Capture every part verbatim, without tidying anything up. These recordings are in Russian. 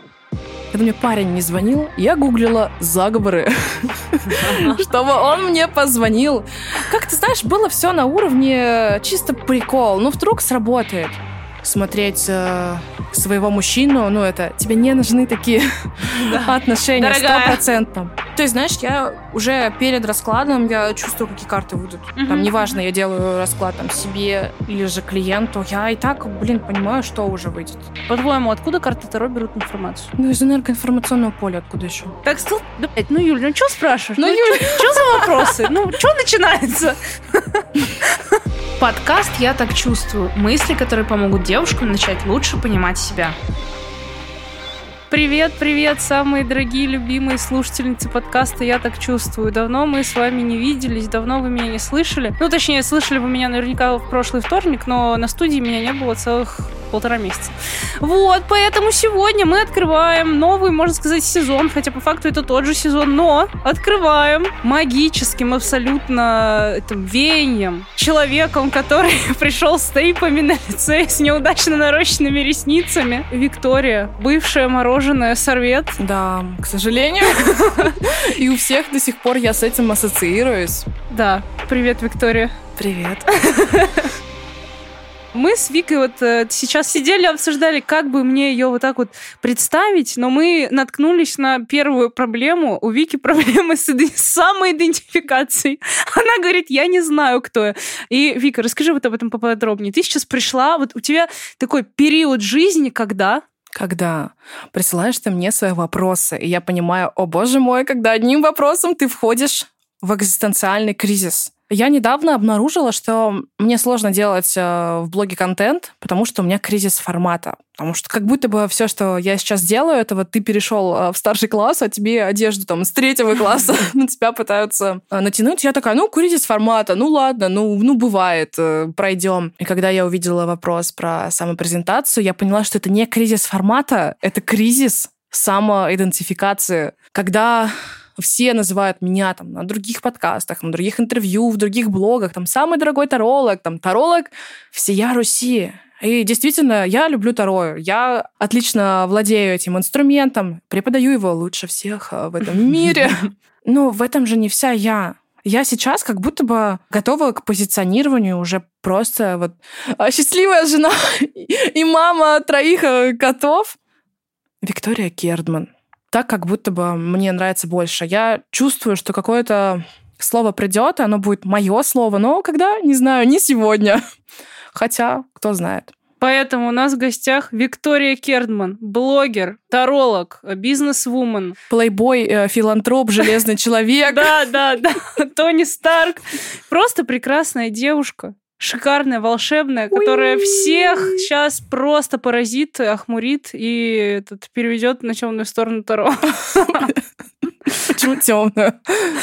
Когда мне парень не звонил, я гуглила заговоры, чтобы он мне позвонил. Как ты знаешь, было все на уровне чисто прикол. Ну, вдруг сработает. Смотреть э, своего мужчину, ну, это тебе не нужны такие да. отношения стопроцентно. То есть, знаешь, я уже перед раскладом я чувствую, какие карты выйдут. Mm-hmm. Там, неважно, я делаю расклад там себе или же клиенту, я и так, блин, понимаю, что уже выйдет. По-твоему, откуда карты Таро берут информацию? Ну, из энергоинформационного поля, откуда еще? Так, стоп, блядь, ну, Юль, ну, что спрашиваешь? Ну, Юль, что за вопросы? Ну, что начинается? Подкаст «Я так чувствую». Мысли, которые помогут девушкам начать лучше понимать себя. Привет, привет, самые дорогие, любимые слушательницы подкаста «Я так чувствую». Давно мы с вами не виделись, давно вы меня не слышали. Ну, точнее, слышали вы меня наверняка в прошлый вторник, но на студии меня не было целых полтора месяца. Вот, поэтому сегодня мы открываем новый, можно сказать, сезон, хотя по факту это тот же сезон, но открываем магическим абсолютно этим веянием, человеком, который пришел с тейпами на лице, с неудачно нарощенными ресницами. Виктория, бывшая мороженое сорвет. Да, к сожалению. И у всех до сих пор я с этим ассоциируюсь. Да, привет, Виктория. Привет. Мы с Викой вот э, сейчас сидели, обсуждали, как бы мне ее вот так вот представить, но мы наткнулись на первую проблему. У Вики проблемы с, иди- с самоидентификацией. Она говорит, я не знаю, кто я. И, Вика, расскажи вот об этом поподробнее. Ты сейчас пришла, вот у тебя такой период жизни, когда... Когда присылаешь ты мне свои вопросы, и я понимаю, о боже мой, когда одним вопросом ты входишь в экзистенциальный кризис. Я недавно обнаружила, что мне сложно делать в блоге контент, потому что у меня кризис формата. Потому что как будто бы все, что я сейчас делаю, это вот ты перешел в старший класс, а тебе одежду там с третьего класса на тебя пытаются натянуть. Я такая, ну, кризис формата, ну ладно, ну, ну бывает, пройдем. И когда я увидела вопрос про самопрезентацию, я поняла, что это не кризис формата, это кризис самоидентификации. Когда... Все называют меня там на других подкастах, на других интервью, в других блогах, там самый дорогой таролог, там таролог всея Руси. И действительно, я люблю Таро. Я отлично владею этим инструментом, преподаю его лучше всех в этом мире. Но в этом же не вся я. Я сейчас как будто бы готова к позиционированию уже просто вот счастливая жена и мама троих котов. Виктория Кердман. Так, как будто бы мне нравится больше. Я чувствую, что какое-то слово придет, и оно будет мое слово, но когда, не знаю, не сегодня. Хотя, кто знает. Поэтому у нас в гостях Виктория Кердман, блогер, таролог, бизнес-вумен. Плейбой, филантроп, железный человек. Да, да, да. Тони Старк. Просто прекрасная девушка. Шикарная, волшебная, которая всех сейчас просто поразит, охмурит и этот, переведет на темную сторону Таро. Почему темную?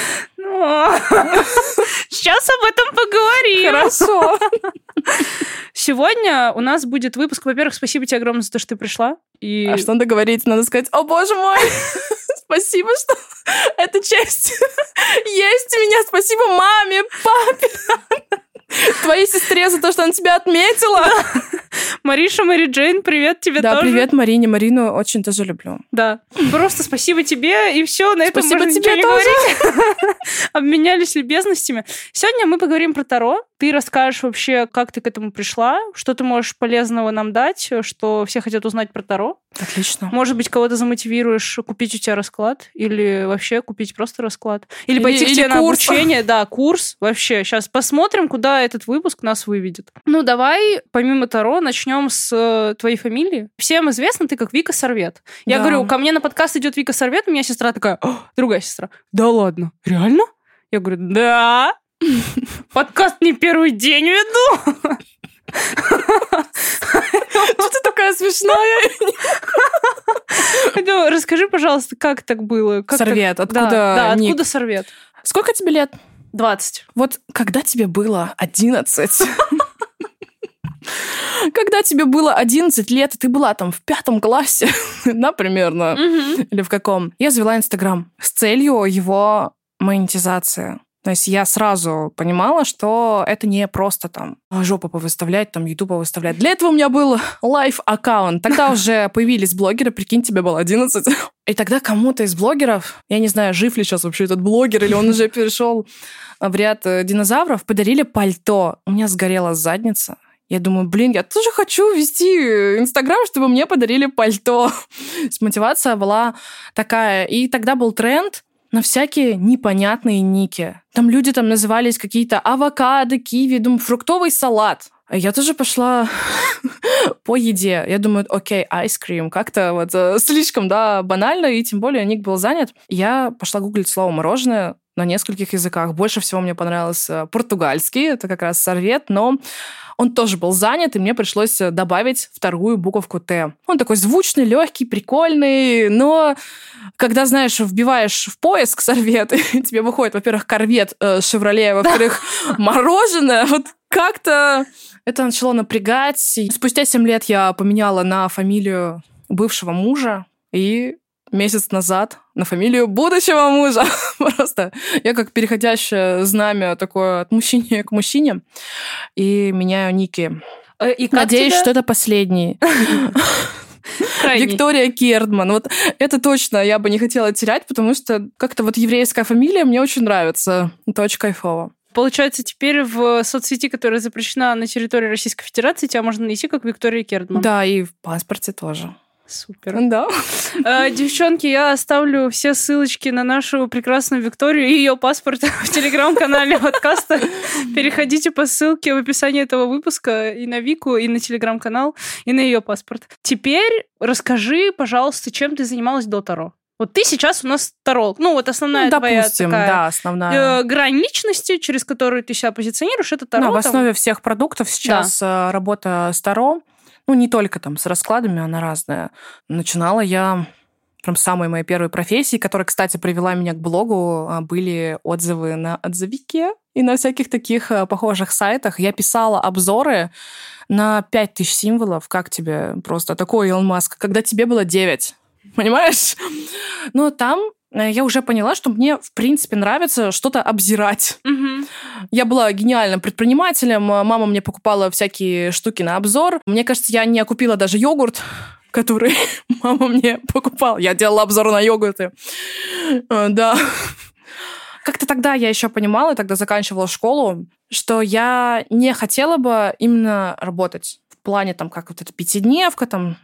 Сейчас об этом поговорим. Хорошо. Сегодня у нас будет выпуск. Во-первых, спасибо тебе огромное за то, что ты пришла. И... А что надо говорить? Надо сказать, о боже мой, спасибо, что эта честь есть у меня. Спасибо маме, папе. Твоей сестре за то, что она тебя отметила. Мариша, Мэри Джейн, привет тебе да, тоже. Да, привет Марине. Марину очень тоже люблю. Да. Просто спасибо тебе, и все, на этом спасибо можно тебе ничего тоже. не говорить. Обменялись любезностями. Сегодня мы поговорим про Таро. Ты расскажешь вообще, как ты к этому пришла, что ты можешь полезного нам дать, что все хотят узнать про Таро. Отлично. Может быть, кого-то замотивируешь купить у тебя расклад, или вообще купить просто расклад. Или, или пойти к тебе на обучение. Да, курс. Вообще, сейчас посмотрим, куда этот выпуск нас выведет. Ну, давай, помимо Таро, начнем с твоей фамилии. Всем известно, ты как Вика Сорвет. Я да. говорю, ко мне на подкаст идет Вика Сорвет, у меня сестра такая, другая сестра. Да ладно, реально? Я говорю, да. Подкаст не первый день веду. Что ты такая смешная? Расскажи, пожалуйста, как так было? Сорвет, откуда Да, откуда Сорвет? Сколько тебе лет? двадцать. Вот когда тебе было одиннадцать? Когда тебе было одиннадцать лет, и ты была там в пятом классе, да, примерно, или в каком, я завела Инстаграм с целью его монетизации. То есть я сразу понимала, что это не просто там жопу повыставлять, там ютуб выставлять. Для этого у меня был лайв-аккаунт. Тогда уже появились блогеры, прикинь, тебе было одиннадцать. И тогда кому-то из блогеров, я не знаю, жив ли сейчас вообще этот блогер, или он уже перешел в ряд динозавров, подарили пальто. У меня сгорела задница. Я думаю, блин, я тоже хочу вести Инстаграм, чтобы мне подарили пальто. Мотивация была такая. И тогда был тренд на всякие непонятные ники. Там люди там назывались какие-то авокадо, киви, думаю, фруктовый салат. А я тоже пошла по еде. Я думаю, окей, айскрим. Как-то вот э, слишком, да, банально, и тем более ник был занят. Я пошла гуглить слово «мороженое» на нескольких языках. Больше всего мне понравился португальский, это как раз сорвет, но он тоже был занят, и мне пришлось добавить вторую буковку «Т». Он такой звучный, легкий, прикольный, но когда, знаешь, вбиваешь в поиск сорвет, тебе выходит, во-первых, корвет «Шевроле», во-вторых, мороженое, вот как-то это начало напрягать. И спустя семь лет я поменяла на фамилию бывшего мужа, и месяц назад на фамилию будущего мужа. Просто я как переходящее знамя такое от мужчины к мужчине. И меняю ники. И Надеюсь, тебя... что это последний. Виктория Кердман. Вот это точно я бы не хотела терять, потому что как-то вот еврейская фамилия мне очень нравится. Это очень кайфово. Получается, теперь в соцсети, которая запрещена на территории Российской Федерации, тебя можно найти как Виктория Кердман. Да, и в паспорте тоже. Супер. Да. А, девчонки, я оставлю все ссылочки на нашу прекрасную Викторию и ее паспорт в телеграм-канале подкаста. Переходите по ссылке в описании этого выпуска и на Вику, и на телеграм-канал, и на ее паспорт. Теперь расскажи, пожалуйста, чем ты занималась до Таро. Вот ты сейчас у нас таролог. Ну, вот основная ну, твоя допустим, такая да, основная. Э, грань личности, через которую ты себя позиционируешь, это таро. Да, в основе там... всех продуктов сейчас да. работа с таро. Ну, не только там с раскладами, она разная. Начинала я прям с самой моей первой профессии, которая, кстати, привела меня к блогу. Были отзывы на отзывике и на всяких таких похожих сайтах. Я писала обзоры на пять тысяч символов. Как тебе просто такой Илон Маск, когда тебе было девять. Понимаешь? Но там я уже поняла, что мне, в принципе, нравится что-то обзирать. Угу. Я была гениальным предпринимателем, мама мне покупала всякие штуки на обзор. Мне кажется, я не купила даже йогурт, который мама мне покупала. Я делала обзор на йогурты. Да. Как-то тогда я еще понимала, тогда заканчивала школу, что я не хотела бы именно работать в плане, там, как вот эта пятидневка, там,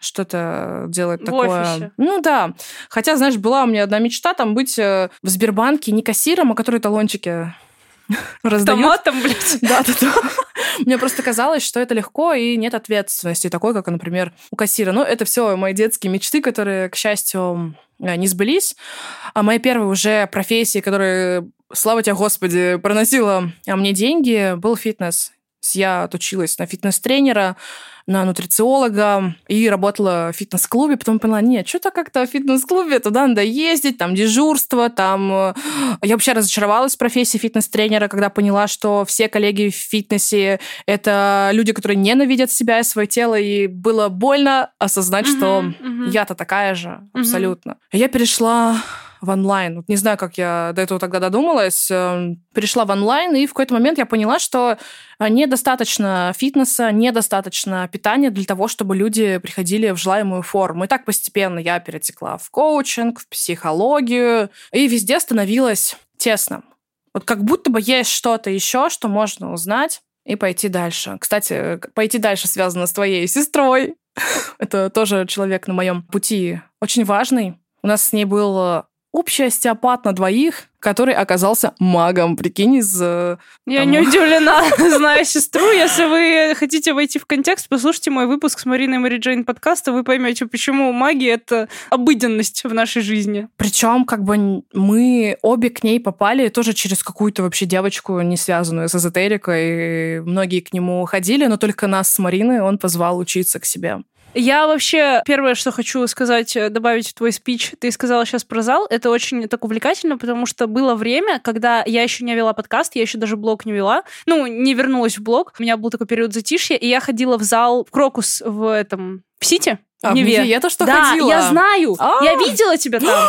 что-то делать в такое. Офисе. Ну да. Хотя, знаешь, была у меня одна мечта там быть в Сбербанке не кассиром, а который талончики раздают. Автоматом, блядь. Да-да-да. Мне просто казалось, что это легко, и нет ответственности такой, как, например, у кассира. Но это все мои детские мечты, которые, к счастью, не сбылись. А моей первой уже профессией, которая, слава тебе, Господи, проносила мне деньги, был фитнес. Я отучилась на фитнес-тренера, на нутрициолога и работала в фитнес-клубе. Потом поняла, нет, что-то как-то в фитнес-клубе туда надо ездить, там дежурство, там... Я вообще разочаровалась в профессии фитнес-тренера, когда поняла, что все коллеги в фитнесе — это люди, которые ненавидят себя и свое тело, и было больно осознать, uh-huh, что uh-huh. я-то такая же абсолютно. Uh-huh. Я перешла в онлайн. Не знаю, как я до этого тогда додумалась. Перешла в онлайн, и в какой-то момент я поняла, что недостаточно фитнеса, недостаточно питания для того, чтобы люди приходили в желаемую форму. И так постепенно я перетекла в коучинг, в психологию, и везде становилось тесно. Вот как будто бы есть что-то еще, что можно узнать и пойти дальше. Кстати, пойти дальше связано с твоей сестрой. Это тоже человек на моем пути очень важный. У нас с ней был общий остеопат на двоих, который оказался магом, прикинь, из... Я там... не удивлена, зная сестру. Если вы хотите войти в контекст, послушайте мой выпуск с Мариной Мэри Джейн подкаста, вы поймете, почему магия — это обыденность в нашей жизни. Причем как бы мы обе к ней попали тоже через какую-то вообще девочку, не связанную с эзотерикой. И многие к нему ходили, но только нас с Мариной он позвал учиться к себе. Я вообще, первое, что хочу сказать, добавить в твой спич, ты сказала сейчас про зал, это очень так увлекательно, потому что было время, когда я еще не вела подкаст, я еще даже блог не вела, ну, не вернулась в блог, у меня был такой период затишья, и я ходила в зал в Крокус в этом, в Сити, а, в Неве. Я-то что да, ходила? Да, я знаю, А-а-а. я видела тебя там.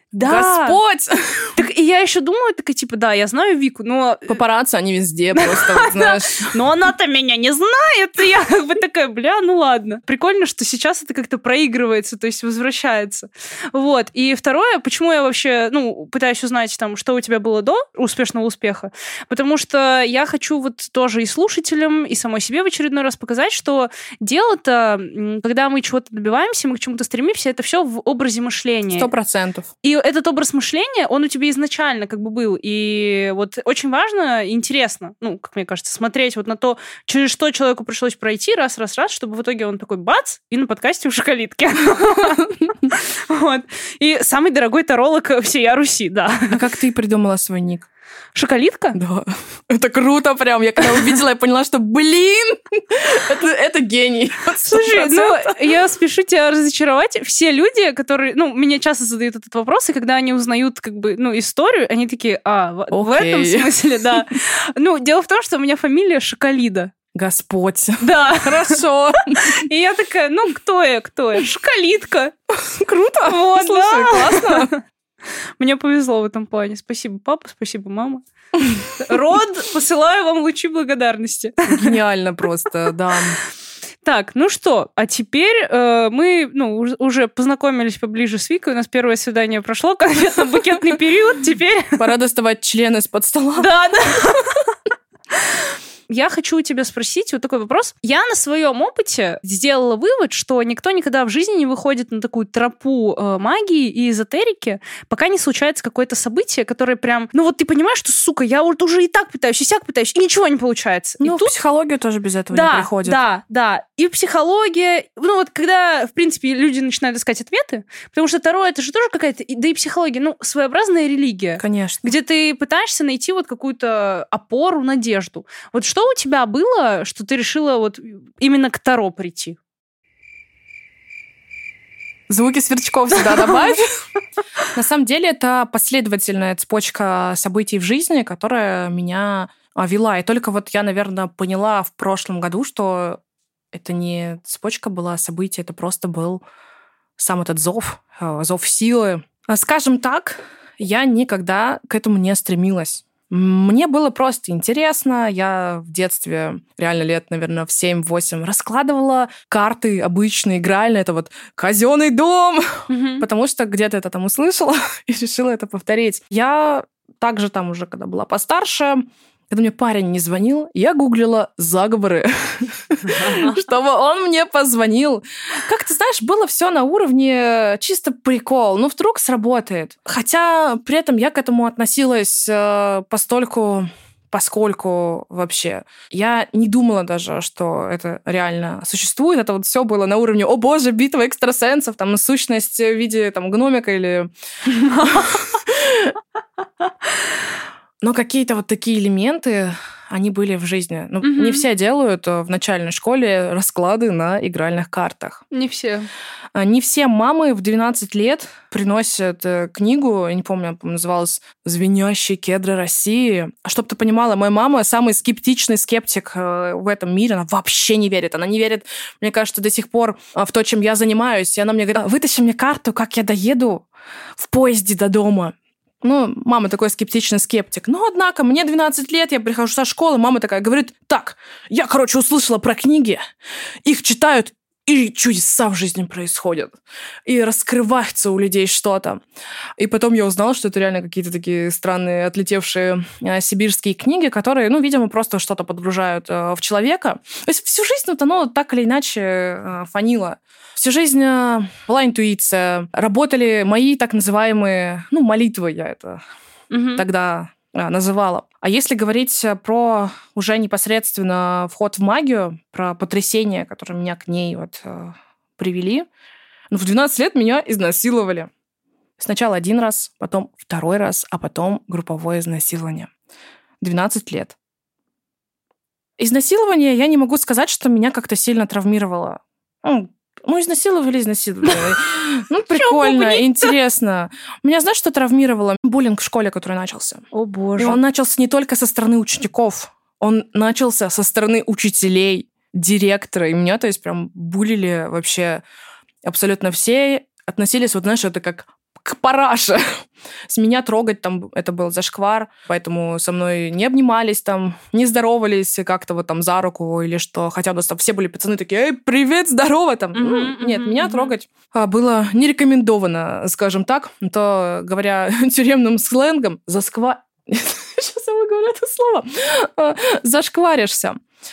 Да. Господь! Так и я еще думаю, такая, типа, да, я знаю Вику, но... Папарацци, они везде просто, вот, знаешь. Но она-то меня не знает, и я как бы такая, бля, ну ладно. Прикольно, что сейчас это как-то проигрывается, то есть возвращается. Вот. И второе, почему я вообще, ну, пытаюсь узнать, там, что у тебя было до успешного успеха, потому что я хочу вот тоже и слушателям, и самой себе в очередной раз показать, что дело-то, когда мы чего-то добиваемся, мы к чему-то стремимся, это все в образе мышления. Сто процентов. И этот образ мышления, он у тебя изначально как бы был. И вот очень важно и интересно, ну, как мне кажется, смотреть вот на то, через что человеку пришлось пройти раз-раз-раз, чтобы в итоге он такой бац, и на подкасте у Шоколитки. И самый дорогой таролог всея Руси, да. А как ты придумала свой ник? Шоколитка? Да. Это круто прям. Я когда увидела, я поняла, что, блин, это, это гений. Слушай, ну, я спешу тебя разочаровать. Все люди, которые... Ну, меня часто задают этот вопрос, и когда они узнают, как бы, ну, историю, они такие, а, в, в этом смысле, да. Ну, дело в том, что у меня фамилия Шоколида. Господь. Да. Хорошо. И я такая, ну, кто я, кто я? Шоколитка. Круто. Вот, слушай, да. классно. Мне повезло в этом плане. Спасибо, папа, спасибо, мама. Род, посылаю вам лучи благодарности. Гениально просто, да. Так, ну что, а теперь э, мы ну, уже познакомились поближе с Викой, у нас первое свидание прошло, конфетно-букетный период, теперь... Пора доставать член из-под стола. Да, да. Я хочу у тебя спросить вот такой вопрос. Я на своем опыте сделала вывод, что никто никогда в жизни не выходит на такую тропу э, магии и эзотерики, пока не случается какое-то событие, которое прям... Ну вот ты понимаешь, что, сука, я вот уже и так пытаюсь, и сяк пытаюсь, и ничего не получается. Ну, и тут... психология тоже без этого да, не приходит. Да, да, и психология... Ну вот когда, в принципе, люди начинают искать ответы, потому что Таро — это же тоже какая-то... Да и психология, ну, своеобразная религия. Конечно. Где ты пытаешься найти вот какую-то опору, надежду. Вот что у тебя было, что ты решила вот именно к Таро прийти? Звуки сверчков сюда добавь. На самом деле это последовательная цепочка событий в жизни, которая меня вела. И только вот я, наверное, поняла в прошлом году, что это не цепочка была событий, это просто был сам этот зов, зов силы. Скажем так, я никогда к этому не стремилась. Мне было просто интересно. Я в детстве, реально лет, наверное, в семь-восемь, раскладывала карты обычные, игральные. Это вот казенный дом. Mm-hmm. Потому что где-то это там услышала и решила это повторить. Я также там уже, когда была постарше, когда мне парень не звонил, я гуглила заговоры, чтобы он мне позвонил. Как ты знаешь, было все на уровне чисто прикол. Ну, вдруг сработает. Хотя при этом я к этому относилась постольку, поскольку вообще. Я не думала даже, что это реально существует. Это вот все было на уровне, о боже, битва экстрасенсов, там, сущность в виде там гномика или... Но какие-то вот такие элементы, они были в жизни. Ну, mm-hmm. не все делают в начальной школе расклады на игральных картах. Не все. Не все мамы в двенадцать лет приносят книгу, я не помню, она, по-моему, называлась «Звенящие кедры России». Чтобы ты понимала, моя мама самый скептичный скептик в этом мире. Она вообще не верит. Она не верит, мне кажется, до сих пор в то, чем я занимаюсь. И она мне говорит, вытащи мне карту, как я доеду в поезде до дома. Ну, мама такой скептичный скептик. Но, однако, мне двенадцать лет, я прихожу со школы, мама такая говорит, так, я, короче, услышала про книги, их читают, и чудеса в жизни происходят. И раскрывается у людей что-то. И потом я узнала, что это реально какие-то такие странные, отлетевшие э, сибирские книги, которые, ну, видимо, просто что-то подгружают э, в человека. То есть всю жизнь вот оно так или иначе э, фанило. Всю жизнь э, была интуиция. Работали мои так называемые, ну, молитвы я это mm-hmm. тогда э, называла. А если говорить про уже непосредственно вход в магию, про потрясения, которые меня к ней вот э, привели, ну, в двенадцать лет меня изнасиловали. Сначала один раз, потом второй раз, а потом групповое изнасилование. двенадцать лет. Изнасилование, я не могу сказать, что меня как-то сильно травмировало. Ну, Ну, изнасиловали, изнасиловали. Ну, прикольно, интересно. Меня, знаешь, что травмировало? Буллинг в школе, который начался. О, боже. И он начался не только со стороны учеников, он начался со стороны учителей, директора. И меня, то есть, прям буллили вообще абсолютно все. Относились, вот, знаешь, это как к параше. С меня трогать там, это был зашквар, поэтому со мной не обнимались там, не здоровались как-то вот там за руку или что. Хотя у нас там все были пацаны такие, эй, привет, здорово там. Mm-hmm, ну, нет, mm-hmm, меня mm-hmm. трогать было не рекомендовано, скажем так. То, говоря тюремным сленгом, засква... Сейчас я выговорю это слово. Зашкваришься.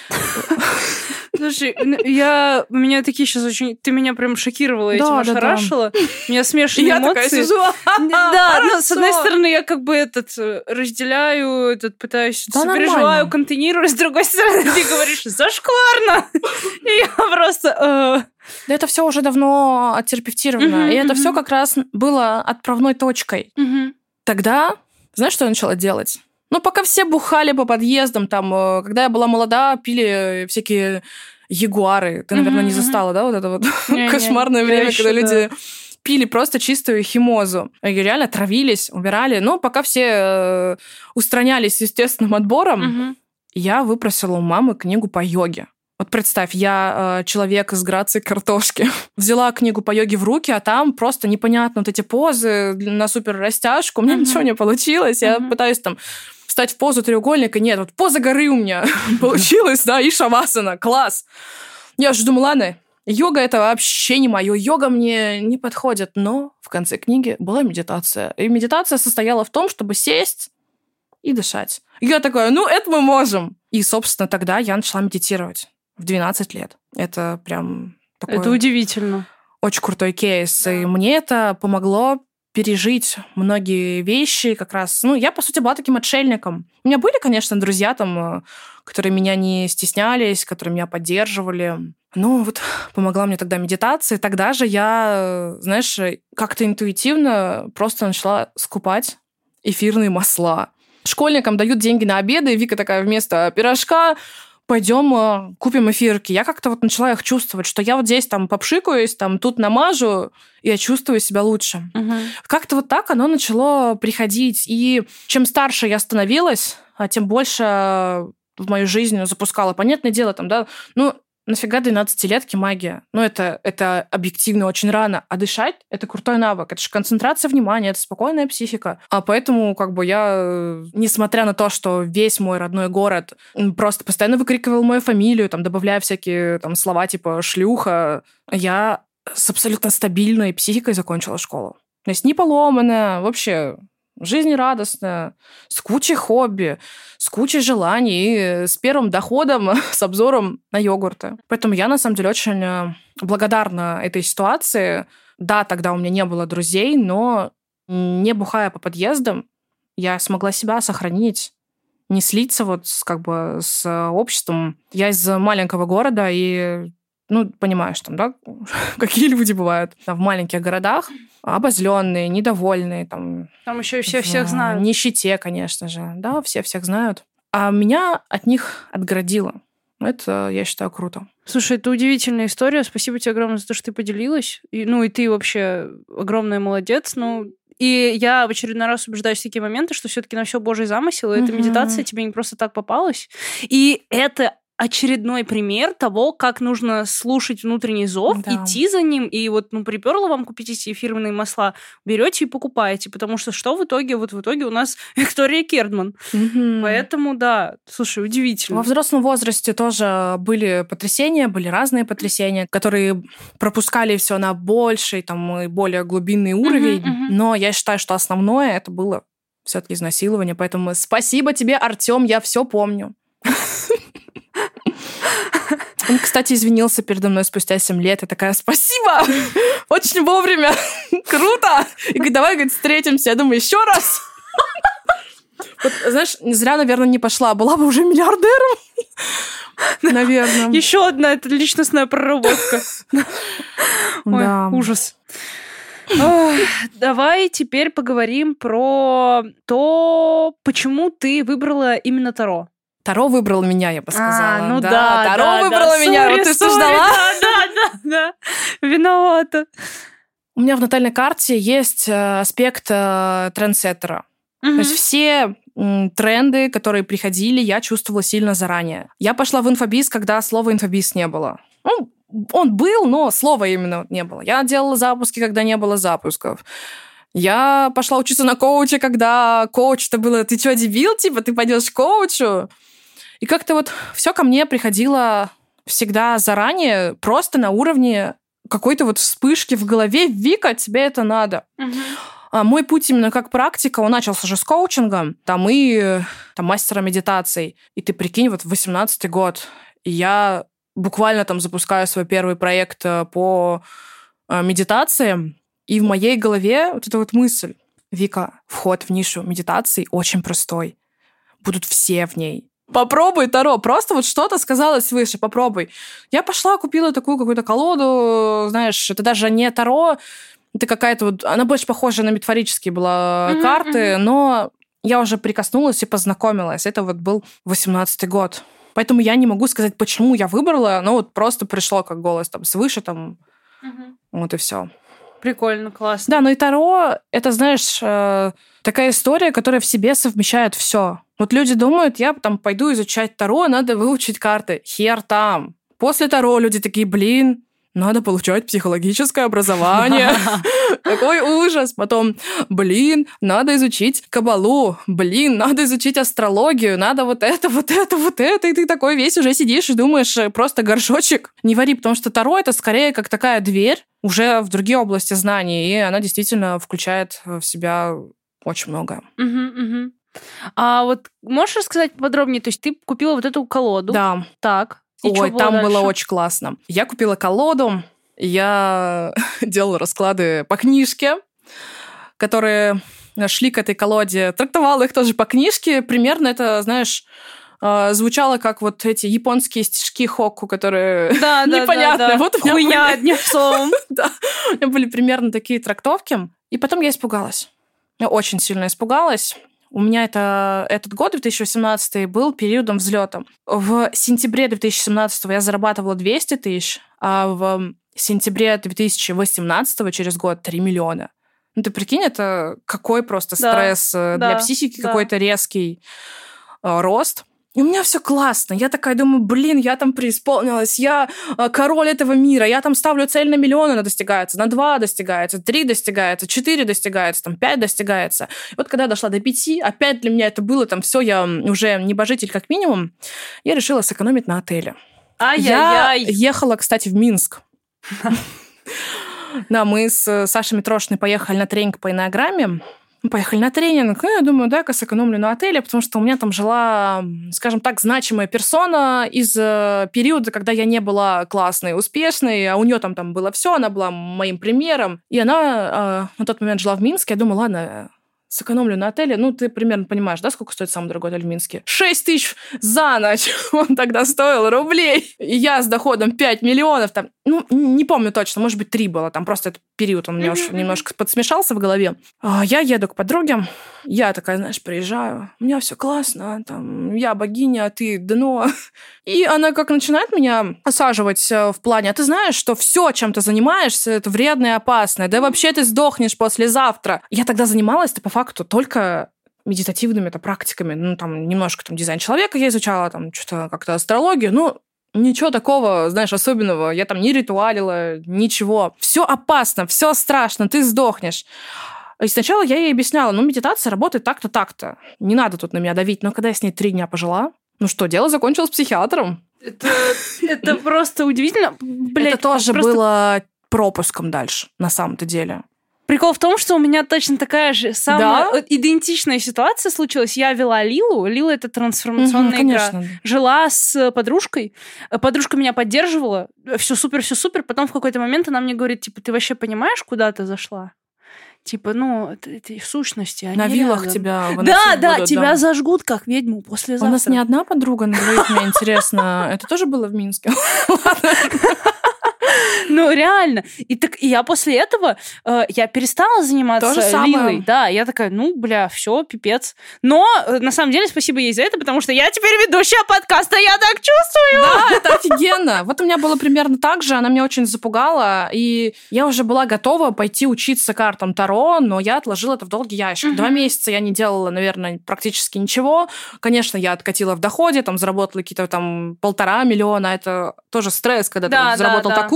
Слушай, я... У меня такие сейчас очень... Ты меня прям шокировала, этим да, ошарашила. Да, да. У меня смешанные я эмоции. Такая сижу. Да, но с одной стороны, я как бы этот разделяю, этот пытаюсь, да, сопереживаю, контейнирую, с другой стороны, ты говоришь, зашкварно. И я просто... Да это все уже давно оттерапевтировано. И это все как раз было отправной точкой. Тогда, знаешь, что я начала делать? Ну, пока все бухали по подъездам, там, когда я была молода, пили всякие ягуары. Ты, наверное, mm-hmm. не застала, да, вот это вот не, кошмарное не, время, когда люди да. пили просто чистую химозу. И реально травились, умирали. Ну, пока все устранялись естественным отбором, mm-hmm. я выпросила у мамы книгу по йоге. Вот представь, я э, человек из грации картошки. Взяла книгу по йоге в руки, а там просто непонятно вот эти позы на супер растяжку. У меня mm-hmm. ничего не получилось. Mm-hmm. Я пытаюсь там встать в позу треугольника. Нет, вот поза горы у меня получилась, да, и шавасана. Класс. Я уже думала, ладно, йога — это вообще не моё. Йога мне не подходит. Но в конце книги была медитация. И медитация состояла в том, чтобы сесть и дышать. Я такая, ну, это мы можем. И, собственно, тогда я начала медитировать в двенадцать лет. Это прям такой... Это удивительно. Очень крутой кейс. Да. И мне это помогло пережить многие вещи как раз. Ну, я, по сути, была таким отшельником. У меня были, конечно, друзья там, которые меня не стеснялись, которые меня поддерживали. Ну, вот помогла мне тогда медитация. Тогда же я, знаешь, как-то интуитивно просто начала скупать эфирные масла. Школьникам дают деньги на обеды, и Вика такая, вместо пирожка пойдем купим эфирки. Я как-то вот начала их чувствовать, что я вот здесь там попшикаюсь, там тут намажу, и я чувствую себя лучше. Угу. Как-то вот так оно начало приходить. И чем старше я становилась, тем больше в мою жизнь запускала. Понятное дело, там, да, ну, нафига двенадцатилетки магия? Ну, это, это объективно очень рано. А дышать — это крутой навык. Это же концентрация внимания, это спокойная психика. А поэтому как бы я, несмотря на то, что весь мой родной город просто постоянно выкрикивал мою фамилию, там, добавляя всякие там слова типа «шлюха», я с абсолютно стабильной психикой закончила школу. То есть не поломанная, вообще... жизнерадостная, с кучей хобби, с кучей желаний, и с первым доходом, с обзором на йогурты. Поэтому я, на самом деле, очень благодарна этой ситуации. Да, тогда у меня не было друзей, но не бухая по подъездам, я смогла себя сохранить, не слиться вот с, как бы, с обществом. Я из маленького города, и ну, понимаешь, там, да, какие люди бывают в маленьких городах, обозленные, недовольные. Там, там еще и все всех знают. Нищете, конечно же. Да, все всех знают. А меня от них отгородило. Это, я считаю, круто. Слушай, это удивительная история. Спасибо тебе огромное за то, что ты поделилась. И, ну, и ты вообще огромная молодец. Ну, и я в очередной раз убеждаюсь в такие моменты, что все-таки на все Божий замысел, и mm-hmm. эта медитация тебе не просто так попалась. И это очередной пример того, как нужно слушать внутренний зов, да. идти за ним, и вот, ну, приперло вам купить эти эфирные масла, берете и покупаете, потому что что в итоге? Вот в итоге у нас Виктория Кердман. Mm-hmm. Поэтому, да, слушай, удивительно. Во взрослом возрасте тоже были потрясения, были разные потрясения, которые пропускали все на больший, там, и более глубинный уровень, mm-hmm, mm-hmm. но я считаю, что основное это было все-таки изнасилование, поэтому спасибо тебе, Артём, я все помню. Он, кстати, извинился передо мной спустя семь лет. Я такая, спасибо! Очень вовремя! Круто! И говорит, давай, говорит, встретимся. Я думаю, еще раз! Вот, знаешь, зря, наверное, не пошла. Была бы уже миллиардером. Наверное. Еще одна это личностная проработка. Ой, ужас. Давай теперь поговорим про то, почему ты выбрала именно Таро. Таро выбрал меня, я бы сказала. А, ну да, да Таро да, выбрала да. меня, Sorry, вот ты sorry, ждала. Да, да, да, да. Виновата. У меня в натальной карте есть аспект трендсеттера. Угу. То есть все тренды, которые приходили, я чувствовала сильно заранее. Я пошла в инфобиз, когда слова инфобиз не было. Ну, он был, но слова именно не было. Я делала запуски, когда не было запусков. Я пошла учиться на коуча, когда коуч-то было, ты что, дебил, типа, ты пойдешь к коучу? И как-то вот все ко мне приходило всегда заранее, просто на уровне какой-то вот вспышки в голове. Вика, тебе это надо. Угу. А мой путь именно как практика, он начался же с коучинга, там и там, мастера медитаций. И ты прикинь, вот восемнадцатый год, и я буквально там запускаю свой первый проект по медитации, и в моей голове вот эта вот мысль: Вика, вход в нишу медитации очень простой. Будут все в ней. Попробуй Таро. Просто вот что-то сказалось свыше. Попробуй. Я пошла, купила такую какую-то колоду. Знаешь, это даже не Таро, это какая-то вот... Она больше похожа на метафорические была mm-hmm, карты, mm-hmm. но я уже прикоснулась и познакомилась. Это вот был восемнадцатый год. Поэтому я не могу сказать, почему я выбрала, но вот просто пришло как голос там свыше, там... Mm-hmm. Вот и все. Прикольно, классно. Да, но и Таро, это, знаешь, такая история, которая в себе совмещает все. Вот люди думают, я там пойду изучать Таро, надо выучить карты. Хер там. После Таро люди такие, блин, надо получать психологическое образование. Какой ужас. Потом, блин, надо изучить кабалу. Блин, надо изучить астрологию. Надо вот это, вот это, вот это. И ты такой весь уже сидишь и думаешь, просто горшочек. Не вари, потому что Таро — это скорее как такая дверь уже в другие области знаний. И она действительно включает в себя очень много. Угу, угу. А вот можешь рассказать подробнее? То есть ты купила вот эту колоду. Да. Так. И Ой, было там дальше? было очень классно. Я купила колоду, я делала расклады по книжке, которые шли к этой колоде. Трактовала их тоже по книжке. Примерно это, знаешь, звучало как вот эти японские стишки Хокку, которые да, непонятные. Да, да, да. Вот хуйня одним словом. Да, у меня были примерно такие трактовки. И потом я испугалась. Я очень сильно испугалась. У меня это, этот год, две тысячи восемнадцатый, был периодом взлета. В сентябре две тысячи семнадцатого я зарабатывала двести тысяч, а в сентябре две тысячи восемнадцатого, через год, три миллиона. Ну, ты прикинь, это какой просто стресс да, для да, психики, да. Какой-то резкий э, рост. И у меня все классно. Я такая думаю, блин, я там преисполнилась, я король этого мира, я там ставлю цель на миллион, она достигается, на два достигается, три достигается, четыре достигается, там пять достигается. И вот когда я дошла до пяти, опять для меня это было там все, я уже небожитель как минимум, я решила сэкономить на отеле. Ай-яй-яй. Я ехала, кстати, в Минск. Да, мы с Сашей Митрошиной поехали на тренинг по эннеаграмме. Поехали на тренинг, и я думаю, дай-ка сэкономлю на отеле, потому что у меня там жила, скажем так, значимая персона из периода, когда я не была классной, успешной, а у нее там, там было все, она была моим примером. И она э, на тот момент жила в Минске. Я думаю, ладно, сэкономлю на отеле. Ну, ты примерно понимаешь, да, сколько стоит самый дорогой отель в Минске? шесть тысяч за ночь он тогда стоил рублей. И я с доходом пять миллионов. Там, ну, не помню точно, может быть, три было. Там просто этот период он mm-hmm. немножко подсмешался в голове. Я еду к подруге. Я такая, знаешь, приезжаю. У меня все классно. Там, я богиня, а ты дно. И она как начинает меня осаживать в плане, а ты знаешь, что все, чем ты занимаешься, это вредно и опасно. Да вообще ты сдохнешь послезавтра. Я тогда занималась-то по факту только медитативными-то практиками. Ну, там, немножко там дизайн человека я изучала, там, что-то как-то астрологию. Ну, ничего такого, знаешь, особенного. Я там не ритуалила, ничего. Все опасно, все страшно, ты сдохнешь. И сначала я ей объясняла, ну, медитация работает так-то, так-то. Не надо тут на меня давить. Но когда я с ней три дня пожила, ну что, дело закончилось психиатром. Это, это просто удивительно. Блядь, это тоже просто... было пропуском дальше, на самом-то деле. Прикол в том, что у меня точно такая же самая да? идентичная ситуация случилась. Я вела Лилу. Лила — это трансформационная угу, игра. Конечно. Жила с подружкой. Подружка меня поддерживала. Все супер, все супер. Потом в какой-то момент она мне говорит, типа, ты вообще понимаешь, куда ты зашла? Типа, ну, это, это в сущности. На вилах рядом. Тебя Да, да, будут, тебя да. зажгут, как ведьму послезавтра. У нас не одна подруга, но мне интересно. Это тоже было в Минске? Ну, реально. И, так, и я после этого э, я перестала заниматься Лилой. Да, я такая, ну, бля, все, пипец. Но, э, на самом деле, спасибо ей за это, потому что я теперь ведущая подкаста, я так чувствую. Да, это офигенно. Вот у меня было примерно так же, она меня очень запугала, и я уже была готова пойти учиться картам Таро, но я отложила это в долгий ящик. Mm-hmm. Два месяца я не делала, наверное, практически ничего. Конечно, я откатила в доходе, там, заработала какие-то там полтора миллиона. Это тоже стресс, когда да, ты да, заработал да. такую сумму, да. тут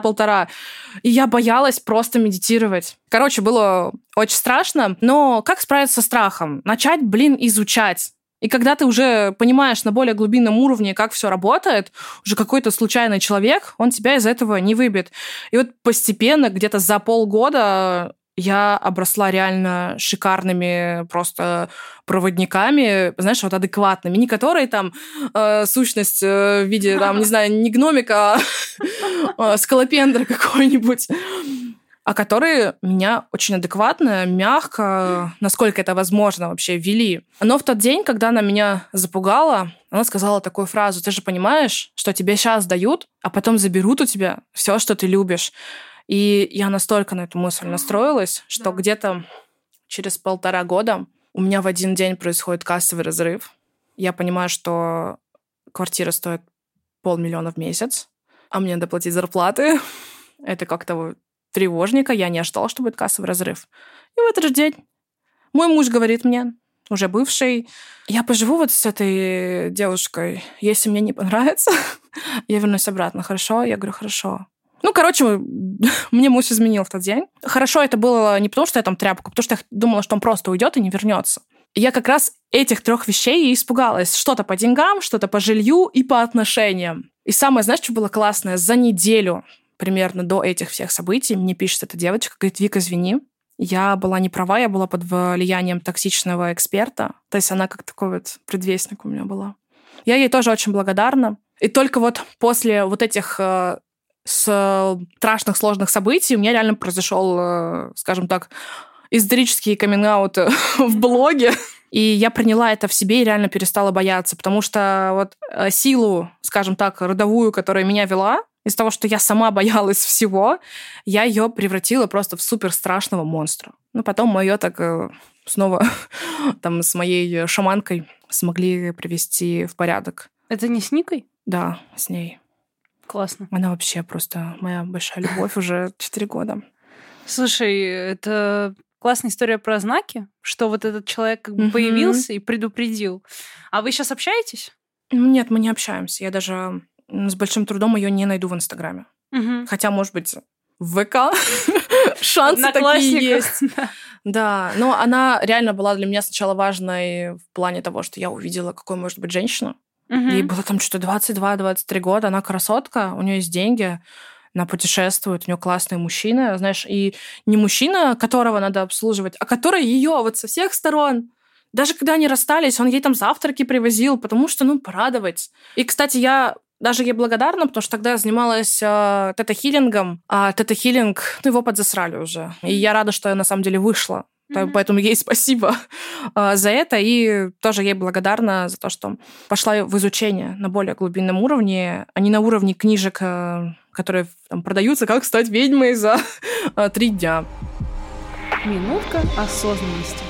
год-полтора. И я боялась просто медитировать. Короче, было очень страшно. Но как справиться со страхом? Начать, блин, изучать. И когда ты уже понимаешь на более глубинном уровне, как все работает, уже какой-то случайный человек, он тебя из этого не выбьет. И вот постепенно, где-то за полгода я обросла реально шикарными просто проводниками, знаешь, вот адекватными, не которые там э, сущность э, в виде, там, не знаю, не гномика, а скалопендра какой-нибудь, а которые меня очень адекватно, мягко, насколько это возможно, вообще вели. Но в тот день, когда она меня запугала, она сказала такую фразу: «Ты же понимаешь, что тебе сейчас дают, а потом заберут у тебя все, что ты любишь». И я настолько на эту мысль настроилась, что да. где-то через полтора года у меня в один день происходит кассовый разрыв. Я понимаю, что квартира стоит полмиллиона в месяц, а мне надо платить зарплаты. Это как-то тревожненько. Я не ожидала, что будет кассовый разрыв. И в этот же день мой муж говорит мне, уже бывший: «Я поживу вот с этой девушкой. Если мне не понравится, я вернусь обратно. Хорошо?» Я говорю: «Хорошо». Ну, короче, мне муж изменил в тот день. Хорошо это было не потому, что я там тряпку, потому что я думала, что он просто уйдет и не вернется. Я как раз этих трех вещей и испугалась. Что-то по деньгам, что-то по жилью и по отношениям. И самое, знаешь, что было классное? За неделю примерно до этих всех событий мне пишет эта девочка, говорит: «Вика, извини, я была не права, я была под влиянием токсичного эксперта». То есть она как такой вот предвестник у меня была. Я ей тоже очень благодарна. И только вот после вот этих с страшных, сложных событий у меня реально произошел, скажем так, исторический каминг-аут в блоге. И я приняла это в себе и реально перестала бояться, потому что вот силу, скажем так, родовую, которая меня вела, из-за того, что я сама боялась всего, я ее превратила просто в супер страшного монстра. Ну, потом мы ее так снова там с моей шаманкой смогли привести в порядок. Это не с Никой? Да, с ней. Классно. Она вообще просто моя большая любовь уже четыре года. Слушай, это классная история про знаки, что вот этот человек как бы mm-hmm. появился и предупредил. А вы сейчас общаетесь? Нет, мы не общаемся. Я даже с большим трудом ее не найду в Инстаграме. Mm-hmm. Хотя, может быть, в ВК шансы такие есть. Да, но она реально была для меня сначала важной в плане того, что я увидела, какой может быть женщина. Uh-huh. Ей было там что-то двадцать два - двадцать три года, она красотка, у нее есть деньги, она путешествует, у нее классные мужчины, знаешь, и не мужчина, которого надо обслуживать, а который ее вот со всех сторон. Даже когда они расстались, он ей там завтраки привозил, потому что, ну, порадовать. И, кстати, я даже ей благодарна, потому что тогда я занималась э, тета-хиллингом, а тета-хиллинг, ну, его подзасрали уже. И я рада, что я на самом деле вышла. Mm-hmm. Поэтому ей спасибо э, за это. И тоже ей благодарна за то, что пошла в изучение на более глубинном уровне, а не на уровне книжек, э, которые там продаются, как стать ведьмой за э, три дня. Минутка осознанности.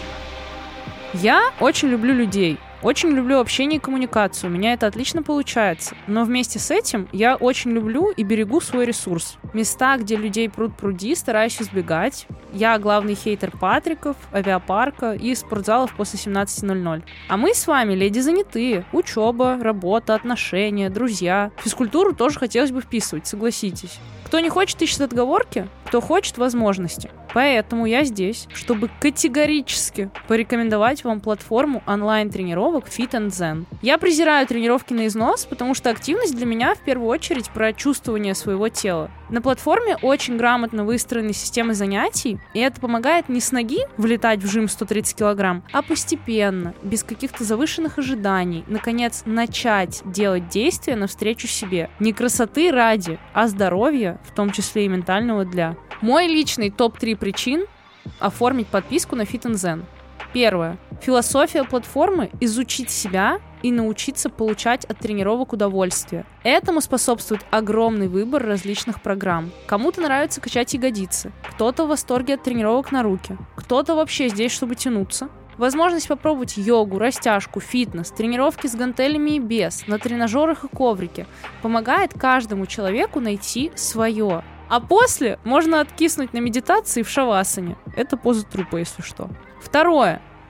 Я очень люблю людей. Очень люблю общение и коммуникацию, у меня это отлично получается. Но вместе с этим я очень люблю и берегу свой ресурс. Места, где людей пруд-пруди, стараюсь избегать. Я главный хейтер Патриков, авиапарка и спортзалов после семнадцати ноль-ноль. А мы с вами леди занятые. Учеба, работа, отношения, друзья. Физкультуру тоже хотелось бы вписывать, согласитесь. Кто не хочет, ищет отговорки, кто хочет — возможности. Поэтому я здесь, чтобы категорически порекомендовать вам платформу онлайн-тренировок Fit and Zen. Я презираю тренировки на износ, потому что активность для меня в первую очередь про чувствование своего тела. На платформе очень грамотно выстроены системы занятий, и это помогает не с ноги влетать в жим сто тридцать килограмм, а постепенно, без каких-то завышенных ожиданий, наконец начать делать действия навстречу себе. Не красоты ради, а здоровья, в том числе и ментального для. Мой личный топ три причин оформить подписку на Fit and Zen. Первое. Философия платформы – изучить себя и научиться получать от тренировок удовольствие. Этому способствует огромный выбор различных программ. Кому-то нравится качать ягодицы, кто-то в восторге от тренировок на руки, кто-то вообще здесь, чтобы тянуться. Возможность попробовать йогу, растяжку, фитнес, тренировки с гантелями и без, на тренажерах и коврике помогает каждому человеку найти свое. А после можно откиснуть на медитации в шавасане. Это поза трупа, если что. Второе.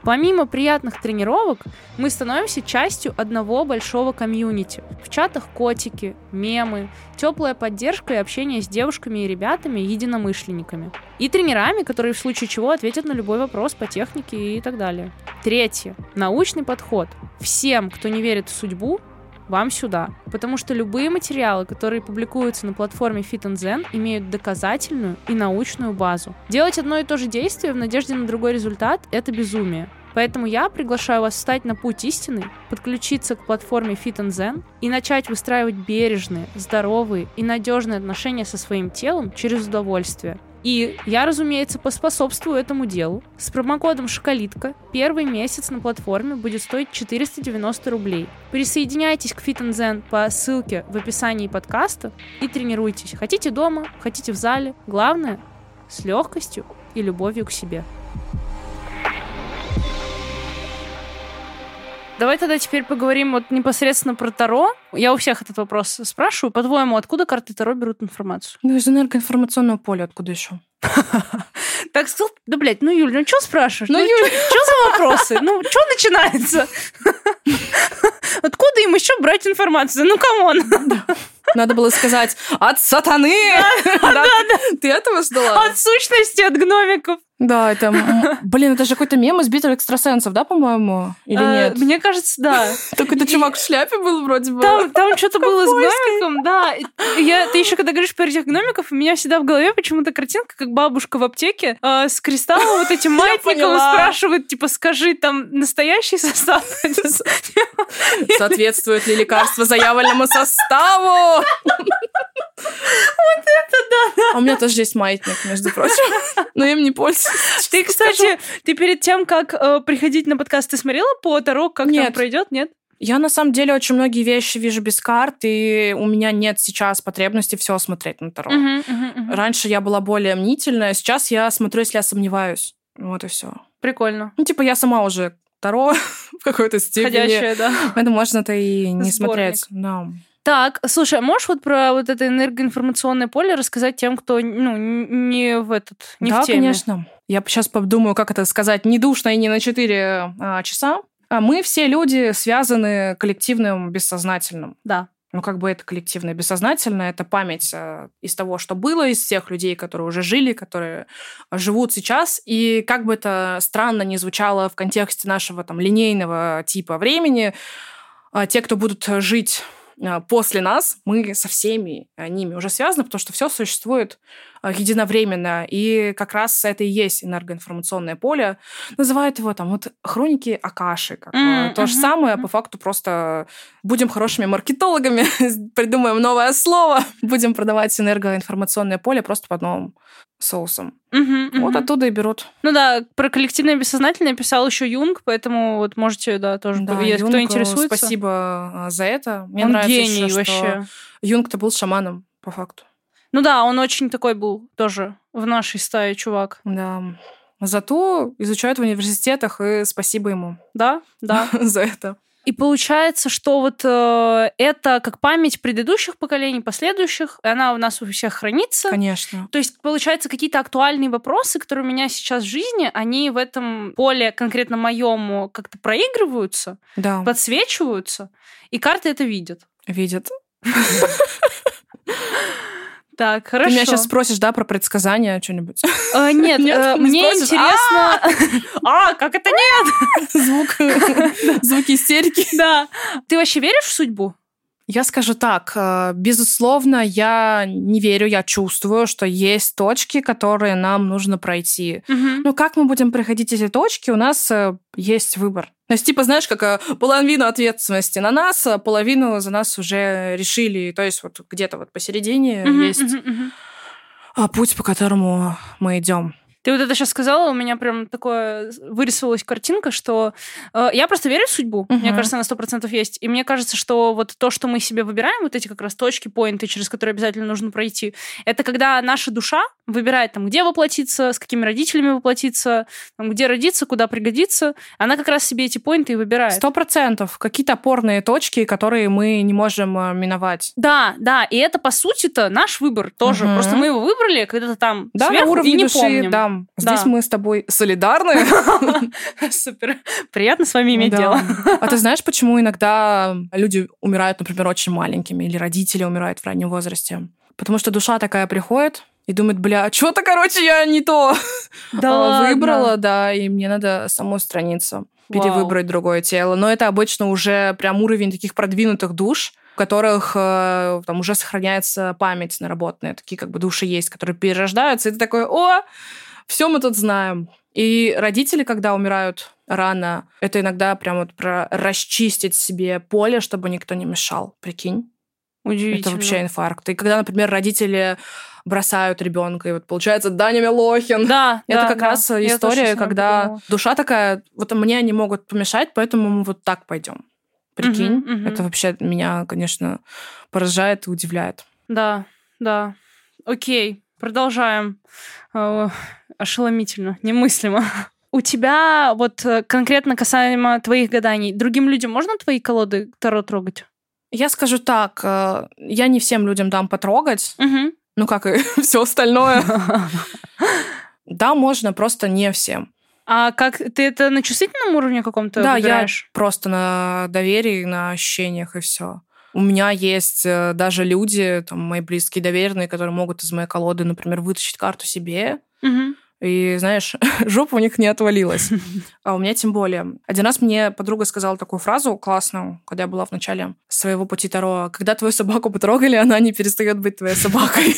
Помимо приятных тренировок, мы становимся частью одного большого комьюнити. В чатах котики, мемы, теплая поддержка и общение с девушками и ребятами, единомышленниками. И тренерами, которые в случае чего ответят на любой вопрос по технике и так далее. Третье. Научный подход. Всем, кто не верит в судьбу, вам сюда. Потому что любые материалы, которые публикуются на платформе Fit and Zen, имеют доказательную и научную базу. Делать одно и то же действие в надежде на другой результат – это безумие. Поэтому я приглашаю вас встать на путь истины, подключиться к платформе Fit and Zen и начать выстраивать бережные, здоровые и надежные отношения со своим телом через удовольствие. И я, разумеется, поспособствую этому делу. С промокодом «Шоколитка» первый месяц на платформе будет стоить четыреста девяносто рублей. Присоединяйтесь к Fit and Zen по ссылке в описании подкаста и тренируйтесь. Хотите дома, хотите в зале. Главное – с легкостью и любовью к себе. Давай тогда теперь поговорим вот непосредственно про Таро. Я у всех этот вопрос спрашиваю. По-твоему, откуда карты Таро берут информацию? Ну, из энергоинформационного поля, откуда еще? Так сказал, да, блядь, ну, Юль, ну что спрашиваешь? Ну, Юль, что за вопросы? Ну, что начинается? Откуда им еще брать информацию? Ну, камон. Надо было сказать «от сатаны». Ты этого ждала? От сущности, от гномиков. Да, это... Блин, это же какой-то мем из битвы экстрасенсов, да, по-моему? Или нет? Мне кажется, да. Только это чувак в шляпе был вроде бы. Там, там что-то было с гномиком, да. Я, ты еще когда говоришь про этих гномиков, у меня всегда в голове почему-то картинка, как бабушка в аптеке э, с кристаллом вот этим маятником спрашивает, типа, скажи, там настоящий состав? Соответствует ли лекарство заявленному составу? Вот это да! А у меня тоже есть маятник, между прочим. Но им не пользуюсь. Ты, кстати, ты перед тем, как э, приходить на подкаст, ты смотрела по Таро, как нет. там пройдет? Нет? Я, на самом деле, очень многие вещи вижу без карт, и у меня нет сейчас потребности все смотреть на Таро. Uh-huh, uh-huh, uh-huh. Раньше я была более мнительная, сейчас я смотрю, если я сомневаюсь. Вот и все. Прикольно. Ну, типа, я сама уже Таро в какой-то степени. Ходящая, да. Поэтому можно-то и не Сборник. смотреть. Да. Так, слушай, а можешь вот про вот это энергоинформационное поле рассказать тем, кто ну, не в этот, не да, в теме? Да, конечно. Я сейчас подумаю, как это сказать, не душно и не на четыре а, часа. А мы все люди связаны коллективным бессознательным. Да. Ну, как бы это коллективное бессознательное, это память а, из того, что было, из всех людей, которые уже жили, которые живут сейчас. И как бы это странно ни звучало в контексте нашего там линейного типа времени, а, те, кто будут жить после нас, мы со всеми ними уже связаны, потому что все существует единовременно. И как раз это и есть энергоинформационное поле. Называют его там вот хроники Акаши. Как mm-hmm. То же самое, по факту просто будем хорошими маркетологами, придумаем новое слово, будем продавать энергоинформационное поле просто под новым соусом. Uh-huh, uh-huh. Вот оттуда и берут. Ну да, про коллективное бессознательное писал еще Юнг, поэтому вот можете, да, тоже, да, если Юнг, кто интересуется. Спасибо за это. Мне он нравится гений еще, вообще. Что Юнг-то был шаманом, по факту. Ну да, он очень такой был тоже в нашей стае чувак. Да. Зато изучают в университетах, и спасибо ему. Да, да. За это. И получается, что вот э, это как память предыдущих поколений, последующих, она у нас у всех хранится. Конечно. То есть, получается, какие-то актуальные вопросы, которые у меня сейчас в жизни, они в этом поле конкретно моем как-то проигрываются, да. подсвечиваются, и карты это видят. Видят. Так, хорошо. Ты меня сейчас спросишь, да, про предсказания что-нибудь? А, нет, нет э, не мне спросишь. Интересно... А, как это нет? Звук, звуки истерики. Да. Ты вообще веришь в судьбу? Я скажу так, безусловно, я не верю, я чувствую, что есть точки, которые нам нужно пройти. Угу. Но как мы будем проходить эти точки, у нас есть выбор. То есть, типа, знаешь, как половину ответственности на нас, а половину за нас уже решили. То есть вот где-то вот посередине угу, есть угу, угу. путь, по которому мы идем. Ты вот это сейчас сказала, у меня прям такое вырисовалась картинка, что э, я просто верю в судьбу. Uh-huh. Мне кажется, она сто процентов есть. И мне кажется, что вот то, что мы себе выбираем, вот эти как раз точки, поинты, через которые обязательно нужно пройти, это когда наша душа выбирает, там, где воплотиться, с какими родителями воплотиться, там, где родиться, куда пригодиться. Она как раз себе эти поинты и выбирает. Сто процентов. Какие-то опорные точки, которые мы не можем миновать. Да, да. И это, по сути-то, наш выбор тоже. Uh-huh. Просто мы его выбрали когда-то там да, сверху на уровне и не души, помним. Да. прям. Здесь да. мы с тобой солидарны. Супер. Приятно с вами иметь Да. дело. А ты знаешь, почему иногда люди умирают, например, очень маленькими, или родители умирают в раннем возрасте? Потому что душа такая приходит и думает, бля, что-то, короче, я не то Да выбрала, ладно? да, и мне надо самой страницу Вау. перевыбрать другое тело. Но это обычно уже прям уровень таких продвинутых душ, у которых э, там уже сохраняется память наработанная. Такие как бы души есть, которые перерождаются, и ты такой, о, все мы тут знаем. И родители, когда умирают рано, это иногда прям вот про расчистить себе поле, чтобы никто не мешал. Прикинь? Удивительно. Это вообще инфаркт. И когда, например, родители бросают ребенка, и вот получается Даня Милохин. Да, Это да, как да. раз Я тоже история, сейчас когда подумала. душа такая, вот мне они могут помешать, поэтому мы вот так пойдем. Прикинь? Мгм, мгм. Это вообще меня, конечно, поражает и удивляет. Да, да. Окей, продолжаем. Э, Ошеломительно, немыслимо. У тебя вот э, конкретно касаемо твоих гаданий, другим людям можно твои колоды Таро трогать? Я скажу так, э, я не всем людям дам потрогать, Угу. ну как и все остальное. Да, можно, просто не всем. А как ты это на чувствительном уровне каком-то Да, выбираешь? я просто на доверии, на ощущениях и все. У меня есть э, даже люди, там, мои близкие, доверенные, которые могут из моей колоды, например, вытащить карту себе. Мгм. И, знаешь, жопа у них не отвалилась. А у меня тем более. Один раз мне подруга сказала такую фразу классную, когда я была в начале своего пути Таро. Когда твою собаку потрогали, она не перестает быть твоей собакой.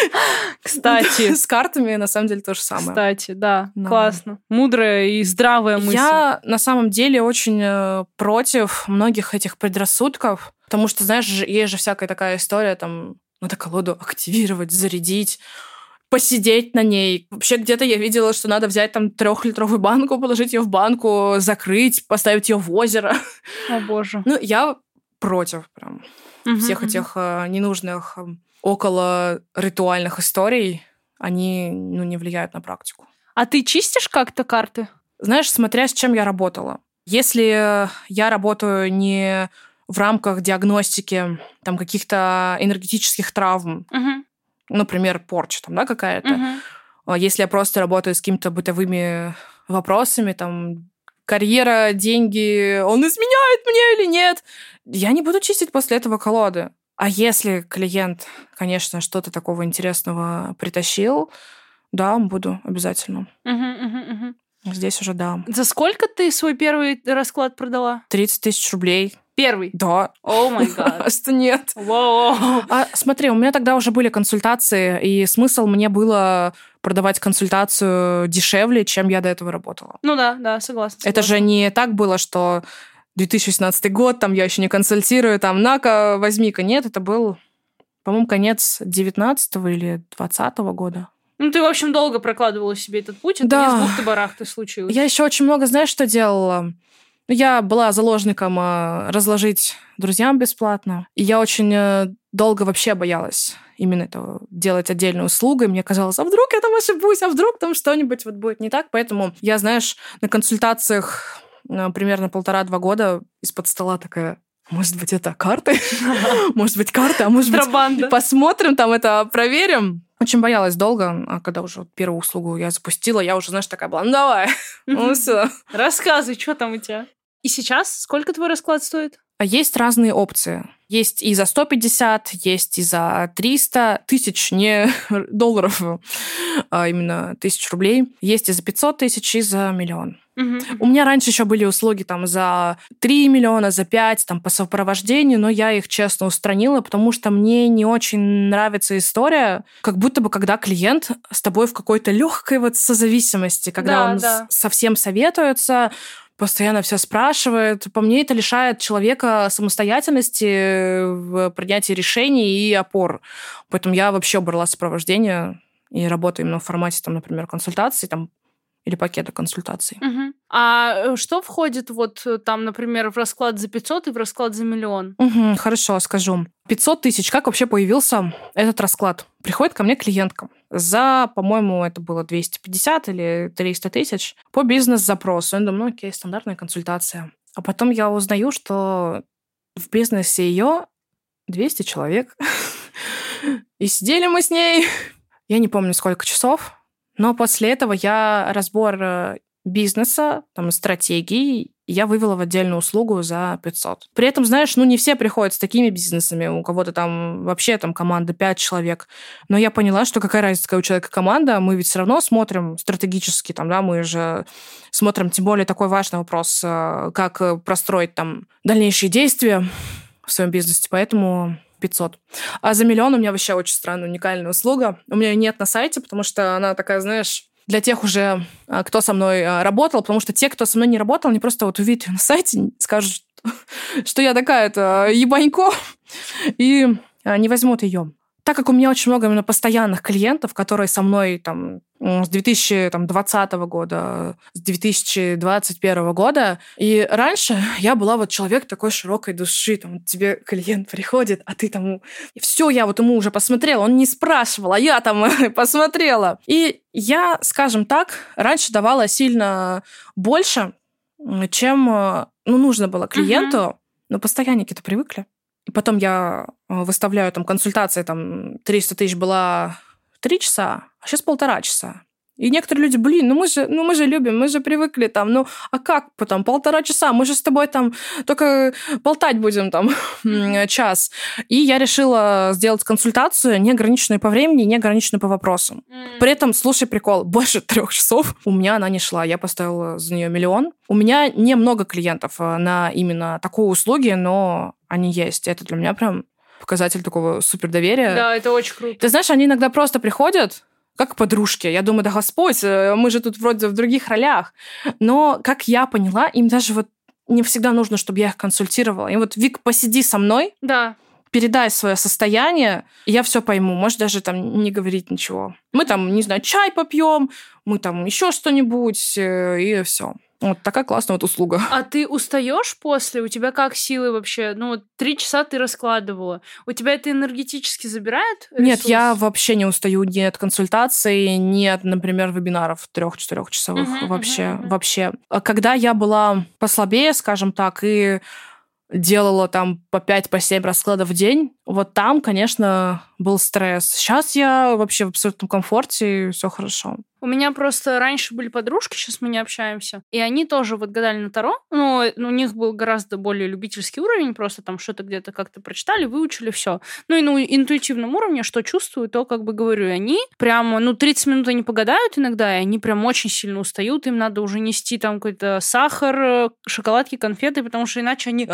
Кстати, С картами, на самом деле, то же самое. кстати, да, Да. классно. Мудрая и здравая мысль. Я, на самом деле, очень э, против многих этих предрассудков, потому что, знаешь, же- есть же всякая такая история, там, надо колоду активировать, зарядить, посидеть на ней. Вообще, где-то я видела, что надо взять там трехлитровую банку, положить ее в банку, закрыть, поставить ее в озеро. О, боже. Ну, я против прям Мгм, всех мгм. этих э, ненужных э, около ритуальных историй. Они, ну, не влияют на практику. А ты чистишь как-то карты? Знаешь, смотря с чем я работала. Если я работаю не в рамках диагностики там, каких-то энергетических травм, Мгм, например, порча там, да, какая-то, мгм. а если я просто работаю с какими-то бытовыми вопросами, там, карьера, деньги, он изменяет мне или нет, я не буду чистить после этого колоды. А если клиент, конечно, что-то такого интересного притащил, да, буду обязательно. Мгм, мгм, мгм. Здесь уже да. За сколько ты свой первый расклад продала? тридцать тысяч рублей. Первый. Да. О май гад. А что нет? Вау. А смотри, у меня тогда уже были консультации, и смысл мне было продавать консультацию дешевле, чем я до этого работала. Ну да, да, согласна. Это согласна. же не так было, что две тысячи шестнадцатый год, там я еще не консультирую, там на-ка, возьми-ка. Нет, это был, по-моему, конец девятнадцатого или двадцатого года. Ну, ты, в общем, долго прокладывала себе этот путь, это Да. не с бухты-барахты случилось. Я еще очень много, знаешь, что делала? Я была заложником э, разложить друзьям бесплатно. И я очень э, долго вообще боялась именно этого делать отдельную услугу. И мне казалось, а вдруг я там ошибусь, а вдруг там что-нибудь вот будет не так. Поэтому я, знаешь, на консультациях э, примерно полтора-два года из-под стола такая, может быть, это карты? Может быть, карты, а может быть, Контрабанда. посмотрим, там это проверим. Очень боялась долго, а когда уже вот первую услугу я запустила, я уже, знаешь, такая была, ну давай, ну все. Рассказывай, что там у тебя. И сейчас сколько твой расклад стоит? А есть разные опции. Есть и за сто пятьдесят, есть и за триста тысяч, не долларов, а именно тысяч рублей. Есть и за пятьсот тысяч, и за миллион. Мгм. У меня раньше еще были услуги там за три миллиона, за пять, там по сопровождению, но я их честно устранила, потому что мне не очень нравится история, как будто бы когда клиент с тобой в какой-то легкой вот созависимости, когда Да, он да. с- совсем советуется, постоянно все спрашивает. По мне, это лишает человека самостоятельности в принятии решений и опор. Поэтому я вообще убрала сопровождение и работаю именно в формате, там, например, консультаций там, или пакета консультаций. Мгм. А э, что входит вот э, там, например, в расклад за пятьсот и в расклад за миллион? Мгм, хорошо, скажу. пятьсот тысяч. Как вообще появился этот расклад? Приходит ко мне клиентка. За, по-моему, это было двести пятьдесят или триста тысяч по бизнес-запросу. Я думаю, ну окей, стандартная консультация. А потом я узнаю, что в бизнесе ее двести человек. И сидели мы с ней, я не помню, сколько часов, Но после этого я разбор бизнеса, там, стратегий, я вывела в отдельную услугу за пятьсот. При этом, знаешь, ну не все приходят с такими бизнесами, у кого-то там вообще там команда пять человек. Но я поняла, что какая разница, какая у человека команда, мы ведь все равно смотрим стратегически, там, да, мы же смотрим, тем более такой важный вопрос, как простроить там дальнейшие действия в своем бизнесе, поэтому пятьсот. А за миллион у меня вообще очень странная, уникальная услуга. У меня ее нет на сайте, потому что она такая, знаешь, для тех уже, кто со мной работал, потому что те, кто со мной не работал, они просто вот увидят ее на сайте, скажут, что я такая-то ебанько, и не возьмут ее. Так как у меня очень много именно постоянных клиентов, которые со мной там, с две тысячи двадцатого года, с две тысячи двадцать первого года, и раньше я была вот человек такой широкой души, там тебе клиент приходит, а ты там... Все, я вот ему уже посмотрела, он не спрашивал, а я там посмотрела. И я, скажем так, раньше давала сильно больше, чем ну, нужно было клиенту, uh-huh. но постоянники-то привыкли. И потом я выставляю там консультации, там триста тысяч была три часа, а сейчас полтора часа. И некоторые люди, блин, ну мы же, ну мы же любим, мы же привыкли там, ну а как потом полтора часа, мы же с тобой там только болтать будем там час. И я решила сделать консультацию неограниченную по времени, неограниченную по вопросам. При этом, слушай, прикол, больше трех часов у меня она не шла, я поставила за нее миллион. У меня немного клиентов на именно такую услуги, но они есть. Это для меня прям показатель такого супердоверия. Да, это очень круто. Ты знаешь, они иногда просто приходят, как подружки. Я думаю, да Господь, мы же тут вроде в других ролях. Но, как я поняла, им даже вот не всегда нужно, чтобы я их консультировала. И вот, Вик, посиди со мной, да. передай свое состояние, и я все пойму. Можешь даже там не говорить ничего. Мы там, не знаю, чай попьем, мы там еще что-нибудь, и все. Вот такая классная вот услуга. А ты устаешь после? У тебя как силы вообще? Ну, вот три часа ты раскладывала. У тебя это энергетически забирает ресурс? Нет, я вообще не устаю ни от консультаций, ни от, например, вебинаров трех-четырехчасовых. Uh-huh, вообще, uh-huh. вообще. Когда я была послабее, скажем так, и делала там по пять, по семь раскладов в день, вот там, конечно, был стресс. Сейчас я вообще в абсолютном комфорте, и все хорошо. У меня просто раньше были подружки, сейчас мы не общаемся, и они тоже вот гадали на Таро, но у них был гораздо более любительский уровень, просто там что-то где-то как-то прочитали, выучили, все. Ну и на интуитивном уровне, что чувствую, то как бы говорю. И они прямо, ну, тридцать минут они погадают иногда, и они прям очень сильно устают, им надо уже нести там какой-то сахар, шоколадки, конфеты, потому что иначе они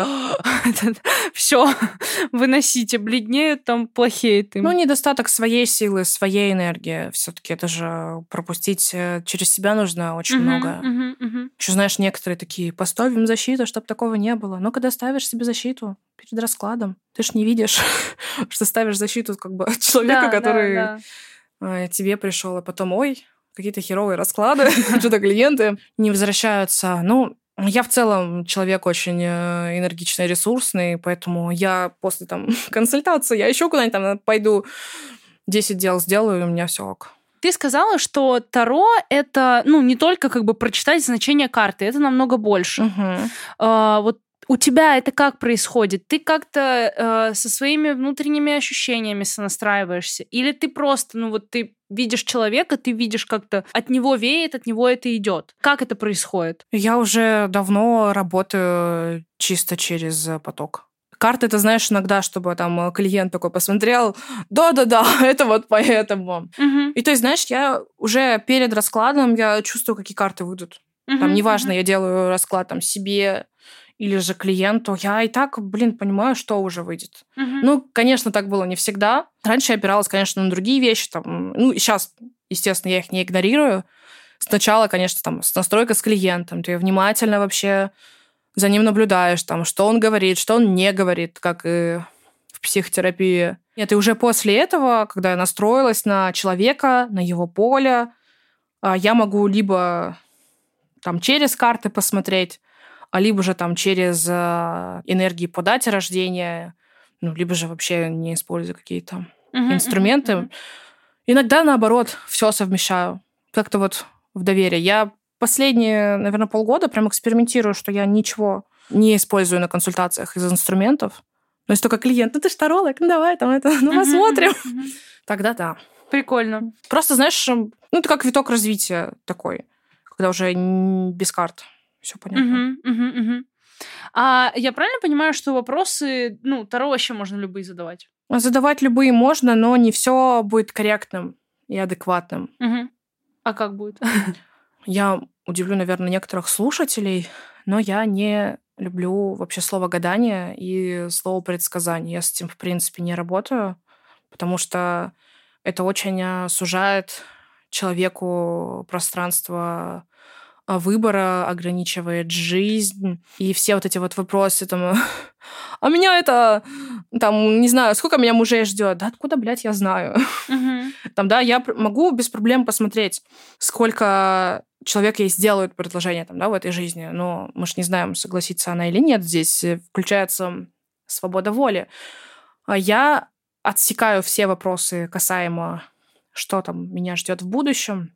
все, выносите, бледнеют, там плохеет им. Ну, недостаток своей силы, своей энергии. Все-таки это же пропустить через себя нужно очень uh-huh, много. Uh-huh, uh-huh. Еще, знаешь, некоторые такие, поставим защиту, чтобы такого не было. Но когда ставишь себе защиту перед раскладом, ты ж не видишь, что ставишь защиту как бы от человека, да, который да, да. тебе пришел, а потом, ой, какие-то херовые расклады, что-то клиенты не возвращаются. Ну, я в целом человек очень энергичный, ресурсный, поэтому я после там консультации, я еще куда-нибудь там пойду, десять дел сделаю, и у меня все ок. Ты сказала, что Таро — это, ну, не только как бы прочитать значение карты, это намного больше. Uh-huh. А, вот у тебя это как происходит? Ты как-то э, со своими внутренними ощущениями сонастраиваешься? Или ты просто, ну вот ты видишь человека, ты видишь как-то от него веет, от него это идет? Как это происходит? Я уже давно работаю чисто через поток. Карты, ты знаешь, иногда, чтобы там клиент такой посмотрел, да-да-да, это вот поэтому. Uh-huh. И то есть, знаешь, я уже перед раскладом я чувствую, какие карты выйдут. Uh-huh. Там неважно, uh-huh. я делаю расклад там себе или же клиенту, я и так, блин, понимаю, что уже выйдет. Uh-huh. Ну, конечно, так было не всегда. Раньше я опиралась, конечно, на другие вещи. Там, ну, и сейчас, естественно, я их не игнорирую. Сначала, конечно, там, настройка с клиентом. Ты внимательно вообще за ним наблюдаешь, там, что он говорит, что он не говорит, как и в психотерапии. Нет, и уже после этого, когда я настроилась на человека, на его поле, я могу либо там через карты посмотреть, либо же там через энергии по дате рождения, ну, либо же вообще не используя какие-то uh-huh, инструменты. Uh-huh. Иногда, наоборот, все совмещаю. Как-то вот в доверие. Я последние, наверное, полгода прям экспериментирую, что я ничего не использую на консультациях из инструментов. Но если только клиент, ну ты ж таролог, ну давай там это, ну посмотрим. Uh-huh, uh-huh. Тогда да. Прикольно. Просто, знаешь, ну, это как виток развития такой, когда уже без карт. Все понятно. Угу, угу, угу. А я правильно понимаю, что вопросы, ну, Таро вообще можно любые задавать? Задавать любые можно, но не все будет корректным и адекватным. Угу. А как будет? Я удивлю, наверное, некоторых слушателей, но я не люблю вообще слово «гадание» и слово «предсказание». Я с этим, в принципе, не работаю, потому что это очень сужает человеку пространство выбора, ограничивает жизнь. И все вот эти вот вопросы, там, а меня это, там, не знаю, сколько меня мужей ждет? Да откуда, блядь, я знаю? Угу. Там, да, я могу без проблем посмотреть, сколько человек ей сделают предложение там, да, в этой жизни, но мы же не знаем, согласится она или нет. Здесь включается свобода воли. Я отсекаю все вопросы касаемо, что там меня ждет в будущем,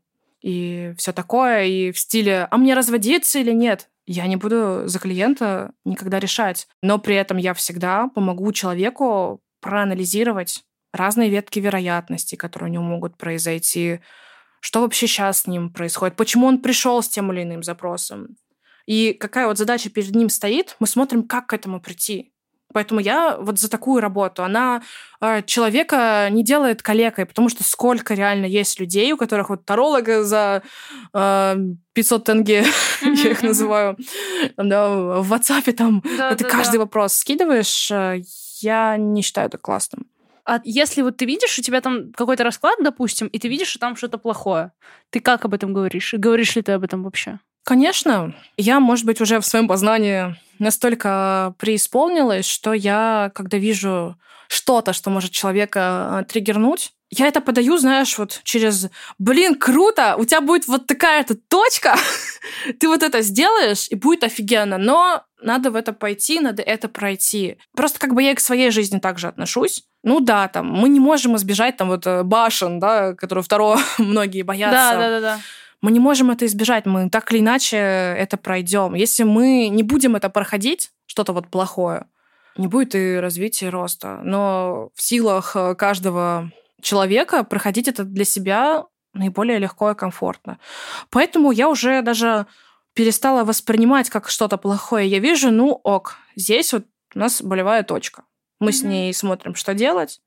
и все такое, и в стиле «а мне разводиться или нет?» Я не буду за клиента никогда решать. Но при этом я всегда помогу человеку проанализировать разные ветки вероятности, которые у него могут произойти, что вообще сейчас с ним происходит, почему он пришел с тем или иным запросом. И какая вот задача перед ним стоит, мы смотрим, как к этому прийти. Поэтому я вот за такую работу. Она э, человека не делает калекой, потому что сколько реально есть людей, у которых вот таролога за э, пятьсот тенге, mm-hmm, я их mm-hmm. называю, да, в WhatsApp там, да, ты да, каждый да. вопрос скидываешь, э, я не считаю это классным. А если вот ты видишь, у тебя там какой-то расклад, допустим, и ты видишь, что там что-то плохое, ты как об этом говоришь? И говоришь ли ты об этом вообще? Конечно. Я, может быть, уже в своем познании настолько преисполнилась, что я, когда вижу что-то, что может человека триггернуть, я это подаю, знаешь, вот через «блин, круто, у тебя будет вот такая-то точка, ты вот это сделаешь, и будет офигенно, но надо в это пойти, надо это пройти». Просто как бы я и к своей жизни также отношусь. Ну да, там, мы не можем избежать там вот башен, да, которые второго многие боятся. Да, да, да, да. Мы не можем это избежать, мы так или иначе это пройдем. Если мы не будем это проходить, что-то вот плохое, не будет и развития, и роста. Но в силах каждого человека проходить это для себя наиболее легко и комфортно. Поэтому я уже даже перестала воспринимать как что-то плохое. Я вижу, ну ок, здесь вот у нас болевая точка. Мы mm-hmm. с ней смотрим, что делать,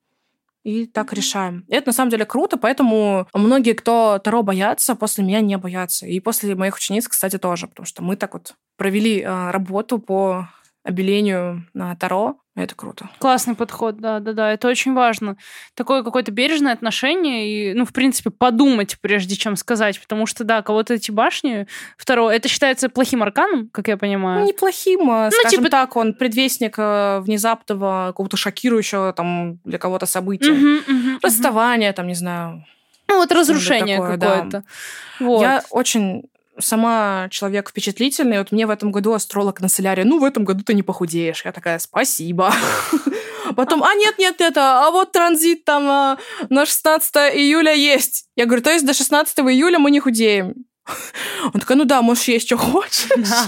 и так mm-hmm. решаем. И это на самом деле круто, поэтому многие, кто Таро боятся, после меня не боятся. И после моих учениц, кстати, тоже, потому что мы так вот провели э, работу по обелению на Таро. Это круто. Классный подход, да-да-да, это очень важно. Такое какое-то бережное отношение и, ну, в принципе, подумать, прежде чем сказать, потому что, да, кого-то эти башни, второе, это считается плохим арканом, как я понимаю. Ну, неплохим, ну, скажем типа... так, он предвестник внезапного, какого-то шокирующего там для кого-то события. Угу, угу, Расставание, угу. там, не знаю. Ну, вот разрушение такое, какое-то. Да. Вот. Я очень... сама человек впечатлительный. Вот мне в этом году астролог на солярии, ну, в этом году ты не похудеешь. Я такая, спасибо. Потом, а нет, нет, это, а вот транзит там на шестнадцатое июля есть. Я говорю, то есть до шестнадцатого июля мы не худеем. Он такой, ну да, можешь есть, что хочешь.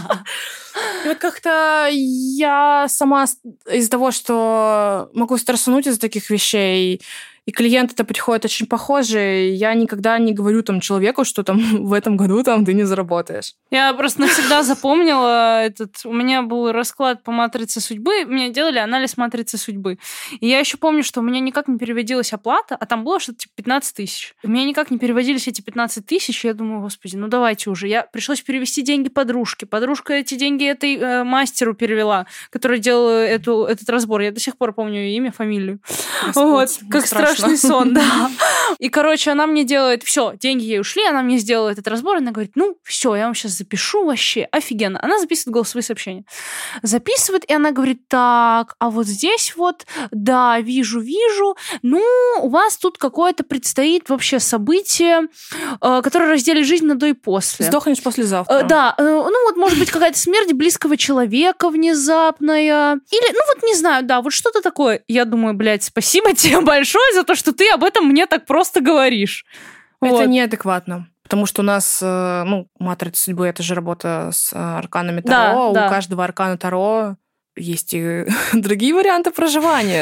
И вот как-то я сама из-за того, что могу стрессануть из-за таких вещей, и клиенты-то приходят очень похожие, я никогда не говорю там человеку, что там в этом году там ты не заработаешь. Я просто навсегда запомнила этот... У меня был расклад по матрице судьбы, мне делали анализ матрицы судьбы. И я еще помню, что у меня никак не переводилась оплата, а там было что-то типа пятнадцать тысяч. У меня никак не переводились эти пятнадцать тысяч, и я думаю, господи, ну давайте уже. Я пришлось перевести деньги подружке. Подружка эти деньги этой э, мастеру перевела, который делал эту, этот разбор. Я до сих пор помню ее имя, фамилию. Господь, вот, как страшно. Страшный сон, да. И, короче, она мне делает... Все, деньги ей ушли, она мне сделала этот разбор, она говорит, ну, все, я вам сейчас запишу вообще. Офигенно. Она записывает голосовые сообщения. Записывает, и она говорит, так, а вот здесь вот, да, вижу, вижу, ну, у вас тут какое-то предстоит вообще событие, которое разделит жизнь на до и после. Сдохнешь послезавтра. Да, ну, вот, может быть, какая-то смерть близкого человека внезапная. Или, ну, вот, не знаю, да, вот что-то такое. Я думаю, блядь, спасибо тебе большое за то, что ты об этом мне так просто говоришь. Это вот. Неадекватно. Потому что у нас, ну, матрица судьбы — это же работа с арканами Таро. Да, у да. каждого аркана Таро есть и другие варианты проживания.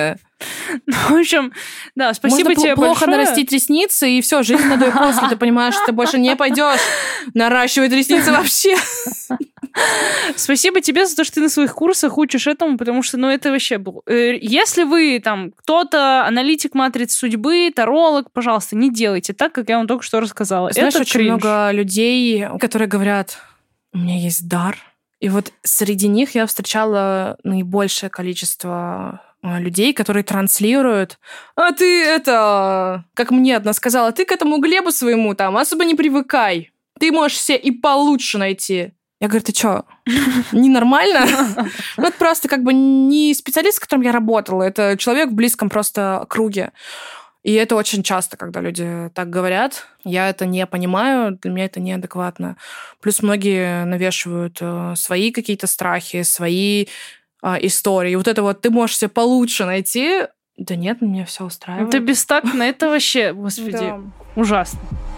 Ну, в общем, да, спасибо Можно тебе плохо большое. нарастить ресницы, и все, жизнь на до и после. Ты понимаешь, что ты больше не пойдешь наращивать ресницы вообще. Спасибо тебе за то, что ты на своих курсах учишь этому, потому что, ну, это вообще было. Если вы там кто-то, аналитик матриц судьбы, таролог, пожалуйста, не делайте так, как я вам только что рассказала. Знаешь, это очень кринж. много людей, которые говорят, у меня есть дар. И вот среди них я встречала наибольшее количество людей, которые транслируют, а ты это, как мне одна сказала, ты к этому Глебу своему там особо не привыкай. Ты можешь себе и получше найти. Я говорю, ты что, ненормально? Ну, это просто как бы не специалист, с которым я работала, это человек в близком просто круге. И это очень часто, когда люди так говорят. Я это не понимаю, для меня это неадекватно. Плюс многие навешивают э, свои какие-то страхи, свои э, истории. Вот это вот ты можешь себе получше найти. Да нет, меня все устраивает. Это бестактно, это вообще, господи, Да. ужасно.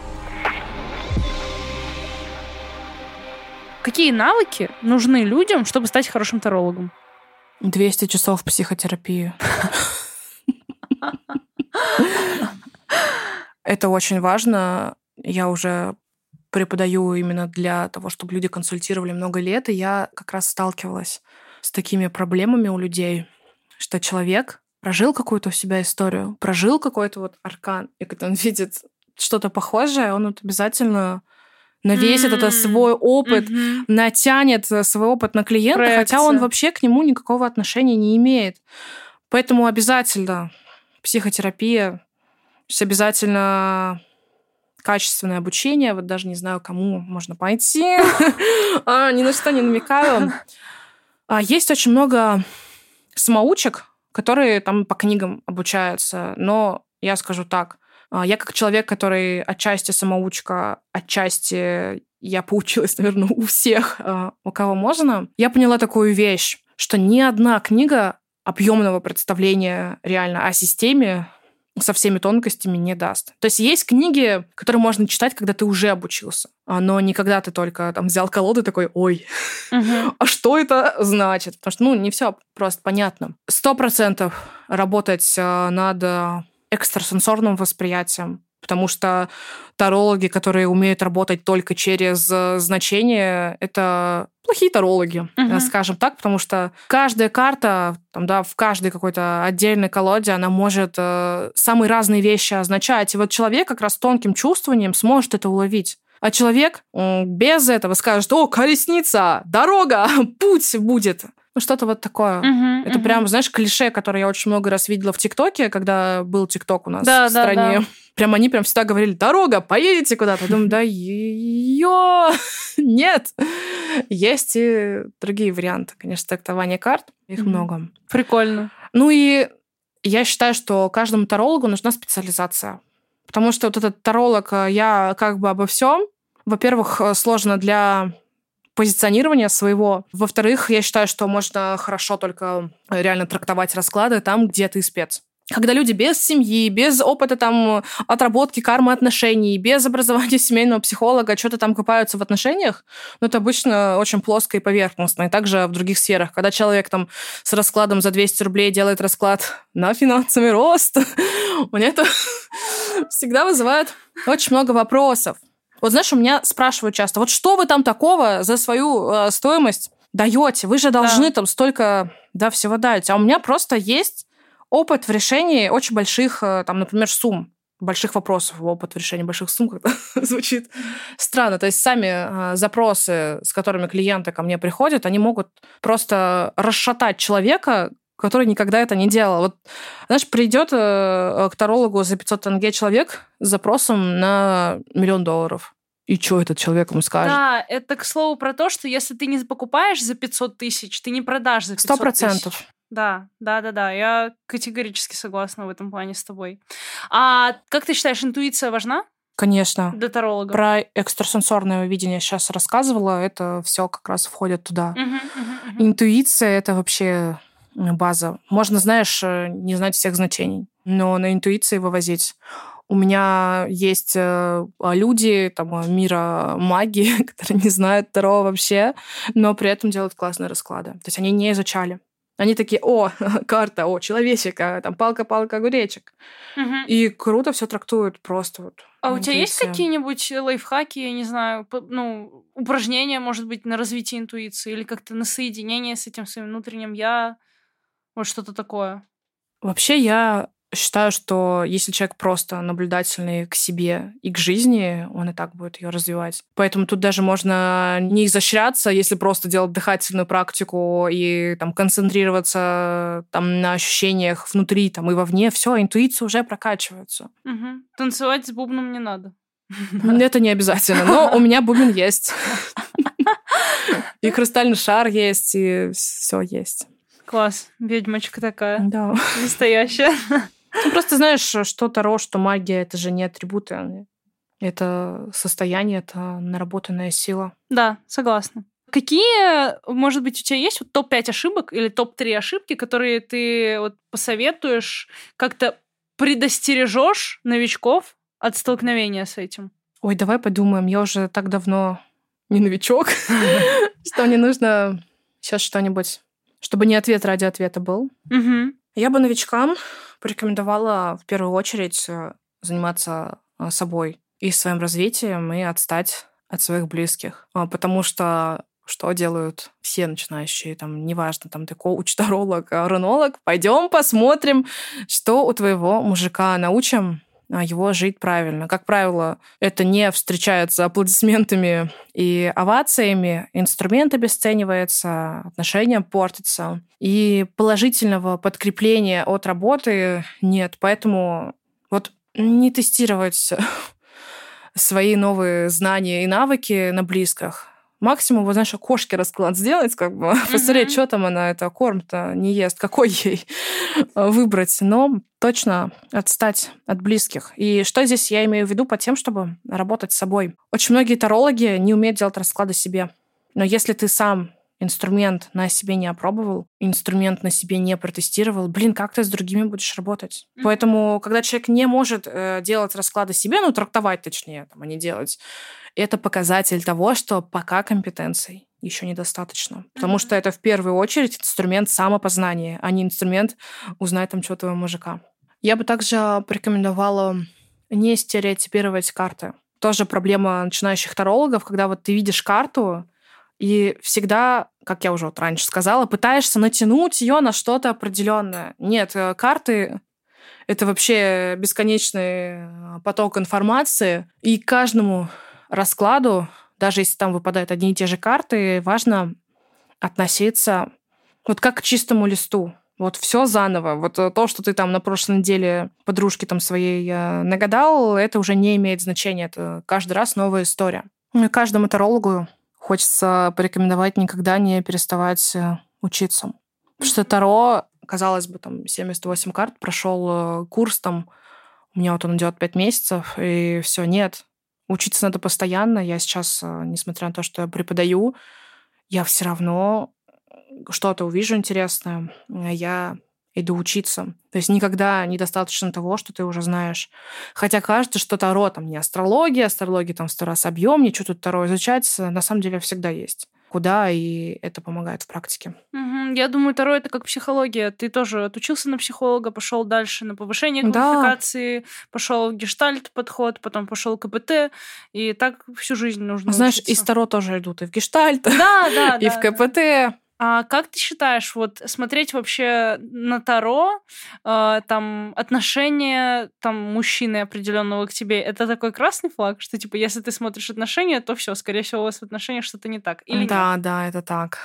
Какие навыки нужны людям, чтобы стать хорошим тарологом? двести часов психотерапии. Это очень важно. Я уже преподаю именно для того, чтобы люди консультировали много лет, и я как раз сталкивалась с такими проблемами у людей, что человек прожил какую-то у себя историю, прожил какой-то вот аркан, и когда он видит что-то похожее, он вот обязательно навесит mm-hmm. это свой опыт, mm-hmm. натянет свой опыт на клиента, Проекция. Хотя он вообще к нему никакого отношения не имеет. Поэтому обязательно психотерапия, обязательно качественное обучение. Вот даже не знаю, кому можно пойти. Ни на что не намекаю. Есть очень много самоучек, которые там по книгам обучаются. Но я скажу так. Я как человек, который отчасти самоучка, отчасти я поучилась, наверное, у всех, у кого можно. Я поняла такую вещь, что ни одна книга объемного представления реально о системе со всеми тонкостями не даст. То есть есть книги, которые можно читать, когда ты уже обучился, но не когда ты только там взял колоду и такой, ой, uh-huh. а что это значит? Потому что, ну, не все просто понятно. Сто процентов работать над экстрасенсорным восприятием, потому что тарологи, которые умеют работать только через значения, это плохие тарологи, uh-huh. скажем так, потому что каждая карта, там, да, в каждой какой-то отдельной колоде, она может э, самые разные вещи означать. И вот человек как раз тонким чувствованием сможет это уловить. А человек э, без этого скажет, о, колесница, дорога, путь будет. Ну, что-то вот такое. Uh-huh, это uh-huh. прям, знаешь, клише, которое я очень много раз видела в ТикТоке, когда был ТикТок у нас да, в стране. Да, да. Прям они прям всегда говорили, дорога, поедете куда-то. Я думаю, да ё, нет. Есть и другие варианты, конечно, трактования карт. Их mm-hmm. много. Прикольно. Ну и я считаю, что каждому тарологу нужна специализация. Потому что вот этот таролог, я как бы обо всем. Во-первых, сложно для позиционирования своего. Во-вторых, я считаю, что можно хорошо только реально трактовать расклады там, где ты спец. Когда люди без семьи, без опыта там отработки кармы отношений, без образования семейного психолога что-то там копаются в отношениях, ну, это обычно очень плоско и поверхностно. И также в других сферах. Когда человек там с раскладом за двести рублей делает расклад на финансовый рост, у меня это всегда вызывает очень много вопросов. Вот знаешь, у меня спрашивают часто, вот что вы там такого за свою э, стоимость даете? Вы же должны да. там столько да, всего дать. А у меня просто есть опыт в решении очень больших, там, например, сумм, больших вопросов. Опыт в решении больших сумм как-то звучит странно. То есть сами э, запросы, с которыми клиенты ко мне приходят, они могут просто расшатать человека, который никогда это не делал. Вот, знаешь, придет э, к тарологу за пятьсот тенге человек с запросом на миллион долларов. И что этот человек ему скажет? Да, это, к слову, про то, что если ты не покупаешь за пятьсот тысяч, ты не продашь за пятьсот Сто процентов. Да, да, да, да. Я категорически согласна в этом плане с тобой. А как ты считаешь, интуиция важна? Конечно. Для таролога. Про экстрасенсорное видение сейчас рассказывала. Это все как раз входит туда. Uh-huh, uh-huh, uh-huh. Интуиция — это вообще база. Можно, знаешь, не знать всех значений, но на интуиции вывозить. У меня есть люди там, мира магии, которые не знают Таро вообще, но при этом делают классные расклады. То есть они не изучали. Они такие, о, карта, о, человечек, а там палка-палка, огуречек. Угу. И круто все трактуют просто вот. А у тебя есть интуиция. какие-нибудь лайфхаки, я не знаю, ну, упражнения, может быть, на развитие интуиции или как-то на соединение с этим своим внутренним я? Вот что-то такое. Вообще, я считаю, что если человек просто наблюдательный к себе и к жизни, он и так будет ее развивать. Поэтому тут даже можно не изощряться, если просто делать дыхательную практику и там концентрироваться там на ощущениях внутри там, и вовне. Все, интуиция уже прокачивается. Угу. Танцевать с бубном не надо. Это не обязательно, но у меня бубен есть. И хрустальный шар есть, и все есть. Класс, ведьмочка такая. Да. Настоящая. Ну, просто знаешь, что Таро, что магия, это же не атрибуты. Это состояние, это наработанная сила. Да, согласна. Какие, может быть, у тебя есть вот топ пять ошибок или топ три ошибки, которые ты вот посоветуешь, как-то предостережешь новичков от столкновения с этим? Ой, давай подумаем. Я уже так давно не новичок, что мне нужно сейчас что-нибудь, чтобы не ответ ради ответа был. Я бы новичкам порекомендовала в первую очередь заниматься собой и своим развитием, и отстать от своих близких. Потому что что делают все начинающие, там, неважно, там, ты коуч, таролог, рунолог, пойдем посмотрим, что у твоего мужика научим его жить правильно. Как правило, это не встречается аплодисментами и овациями, инструмент обесценивается, отношения портятся, и положительного подкрепления от работы нет. Поэтому вот не тестировать свои новые знания и навыки на близких. Максимум, вот, знаешь, кошке расклад сделать, как бы, mm-hmm. посмотреть, что там она это корм-то не ест, какой ей выбрать, но точно отстать от близких. И что здесь я имею в виду под тем, чтобы работать с собой? Очень многие тарологи не умеют делать расклады себе. Но если ты сам инструмент на себе не опробовал, инструмент на себе не протестировал, блин, как ты с другими будешь работать? Mm-hmm. Поэтому, когда человек не может э, делать расклады себе, ну, трактовать точнее, там, а не делать, это показатель того, что пока компетенций еще недостаточно. Потому mm-hmm. что это в первую очередь инструмент самопознания, а не инструмент узнать там что твоего мужика. Я бы также порекомендовала не стереотипировать карты. Тоже проблема начинающих тарологов, когда вот ты видишь карту, и всегда, как я уже вот раньше сказала, пытаешься натянуть ее на что-то определенное. Нет, карты — это вообще бесконечный поток информации, и каждому раскладу, даже если там выпадают одни и те же карты, важно относиться вот как к чистому листу. Вот все заново. Вот то, что ты там на прошлой неделе подружке там своей нагадал, это уже не имеет значения. Это каждый раз новая история. И каждому тарологу хочется порекомендовать никогда не переставать учиться. Потому что Таро, казалось бы, там семьдесят восемь карт, прошел курс, там у меня вот он идет пять месяцев, и все, нет. Учиться надо постоянно. Я сейчас, несмотря на то, что я преподаю, я все равно что-то увижу интересное, я иду учиться. То есть никогда недостаточно того, что ты уже знаешь. Хотя кажется, что Таро там не астрология, астрология там в сто раз объемнее, что тут Таро изучать, на самом деле всегда есть. Куда, и это помогает в практике. Угу. Я думаю, Таро — это как психология. Ты тоже отучился на психолога, пошел дальше на повышение квалификации, да. Пошел в гештальт-подход, потом пошел ка пэ тэ, и так всю жизнь нужно Знаешь, учиться. из Таро тоже идут и в гештальт, да, да, и да, в ка пэ тэ. А как ты считаешь, вот смотреть вообще на Таро, э, там, отношения там, мужчины определенного к тебе, это такой красный флаг, что, типа, если ты смотришь отношения, то все, скорее всего, у вас в отношениях что-то не так, или да, нет? Да, это так.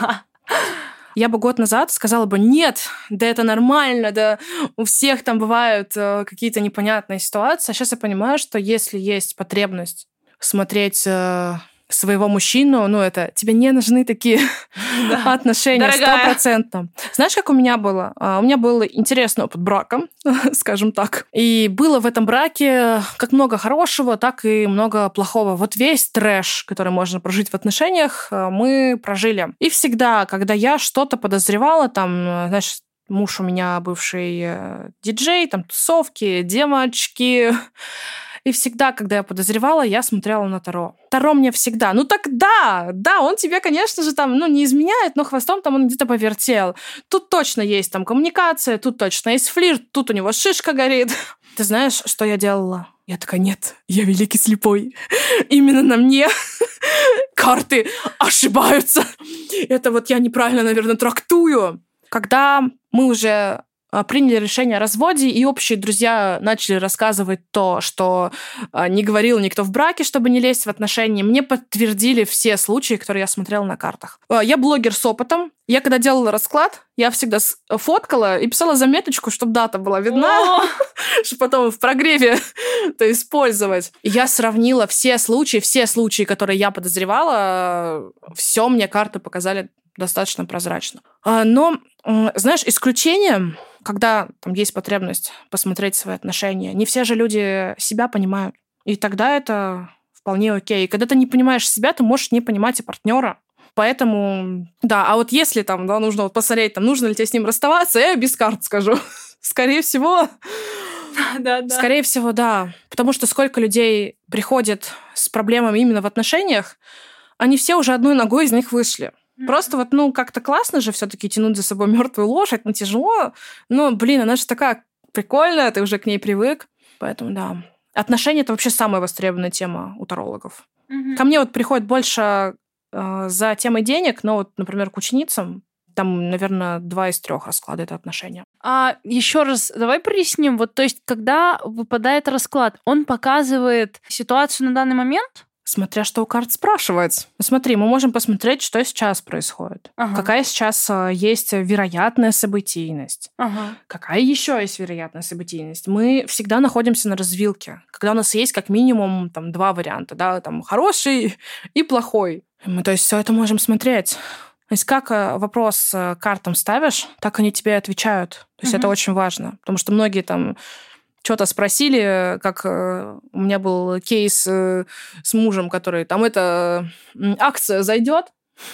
Я бы год назад сказала бы, нет, да это нормально, да у всех там бывают э, какие-то непонятные ситуации. А сейчас я понимаю, что если есть потребность смотреть... Э, своего мужчину, ну, это тебе не нужны такие да. отношения стопроцентно. Знаешь, как у меня было? У меня был интересный опыт брака, скажем так. И было в этом браке как много хорошего, так и много плохого. Вот весь трэш, который можно прожить в отношениях, мы прожили. И всегда, когда я что-то подозревала, там, знаешь, муж у меня бывший диджей, там, тусовки, демочки. И всегда, когда я подозревала, я смотрела на Таро. Таро мне всегда. Ну так да, да, он тебе, конечно же, там, ну, не изменяет, но хвостом там он где-то повертел. Тут точно есть там коммуникация, тут точно есть флирт, тут у него шишка горит. Ты знаешь, что я делала? Я такая, нет, я великий слепой. Именно на мне карты ошибаются. Это вот я неправильно, наверное, трактую. Когда мы уже приняли решение о разводе, и общие друзья начали рассказывать то, что не говорил никто в браке, чтобы не лезть в отношения, мне подтвердили все случаи, которые я смотрела на картах. Я блогер с опытом. Я когда делала расклад, я всегда фоткала и писала заметочку, чтобы дата была видна, чтобы потом в прогреве это использовать. Я сравнила все случаи, все случаи, которые я подозревала, все мне карты показали достаточно прозрачно. Но, знаешь, исключение, когда там есть потребность посмотреть свои отношения, не все же люди себя понимают. И тогда это вполне окей. И когда ты не понимаешь себя, ты можешь не понимать и партнера. Поэтому, да, а вот если там, да, нужно вот посмотреть, там, нужно ли тебе с ним расставаться, я без карт скажу. Скорее всего, да, да. Скорее всего, да. Потому что сколько людей приходит с проблемами именно в отношениях, они все уже одной ногой из них вышли. Mm-hmm. Просто вот, ну, как-то классно же все-таки тянуть за собой мертвую лошадь, ну, тяжело. Но, блин, она же такая прикольная, ты уже к ней привык. Поэтому, да. Отношения — это вообще самая востребованная тема у тарологов. Mm-hmm. Ко мне вот приходит больше э, за темой денег, но вот, например, к ученицам там, наверное, два из трех расклада — это отношения. А еще раз, давай проясним. Вот, то есть, когда выпадает расклад, он показывает ситуацию на данный момент? Смотря что у карт спрашивается. Смотри, мы можем посмотреть, что сейчас происходит. Ага. Какая сейчас есть вероятная событийность. Ага. Какая еще есть вероятная событийность. Мы всегда находимся на развилке. Когда у нас есть как минимум там, два варианта. Да? Там, хороший и плохой. Мы, то есть, все это можем смотреть. То есть как вопрос картам ставишь, так они тебе отвечают. То есть угу. это очень важно. Потому что многие там что-то спросили, как у меня был кейс с мужем, который там, эта акция зайдет.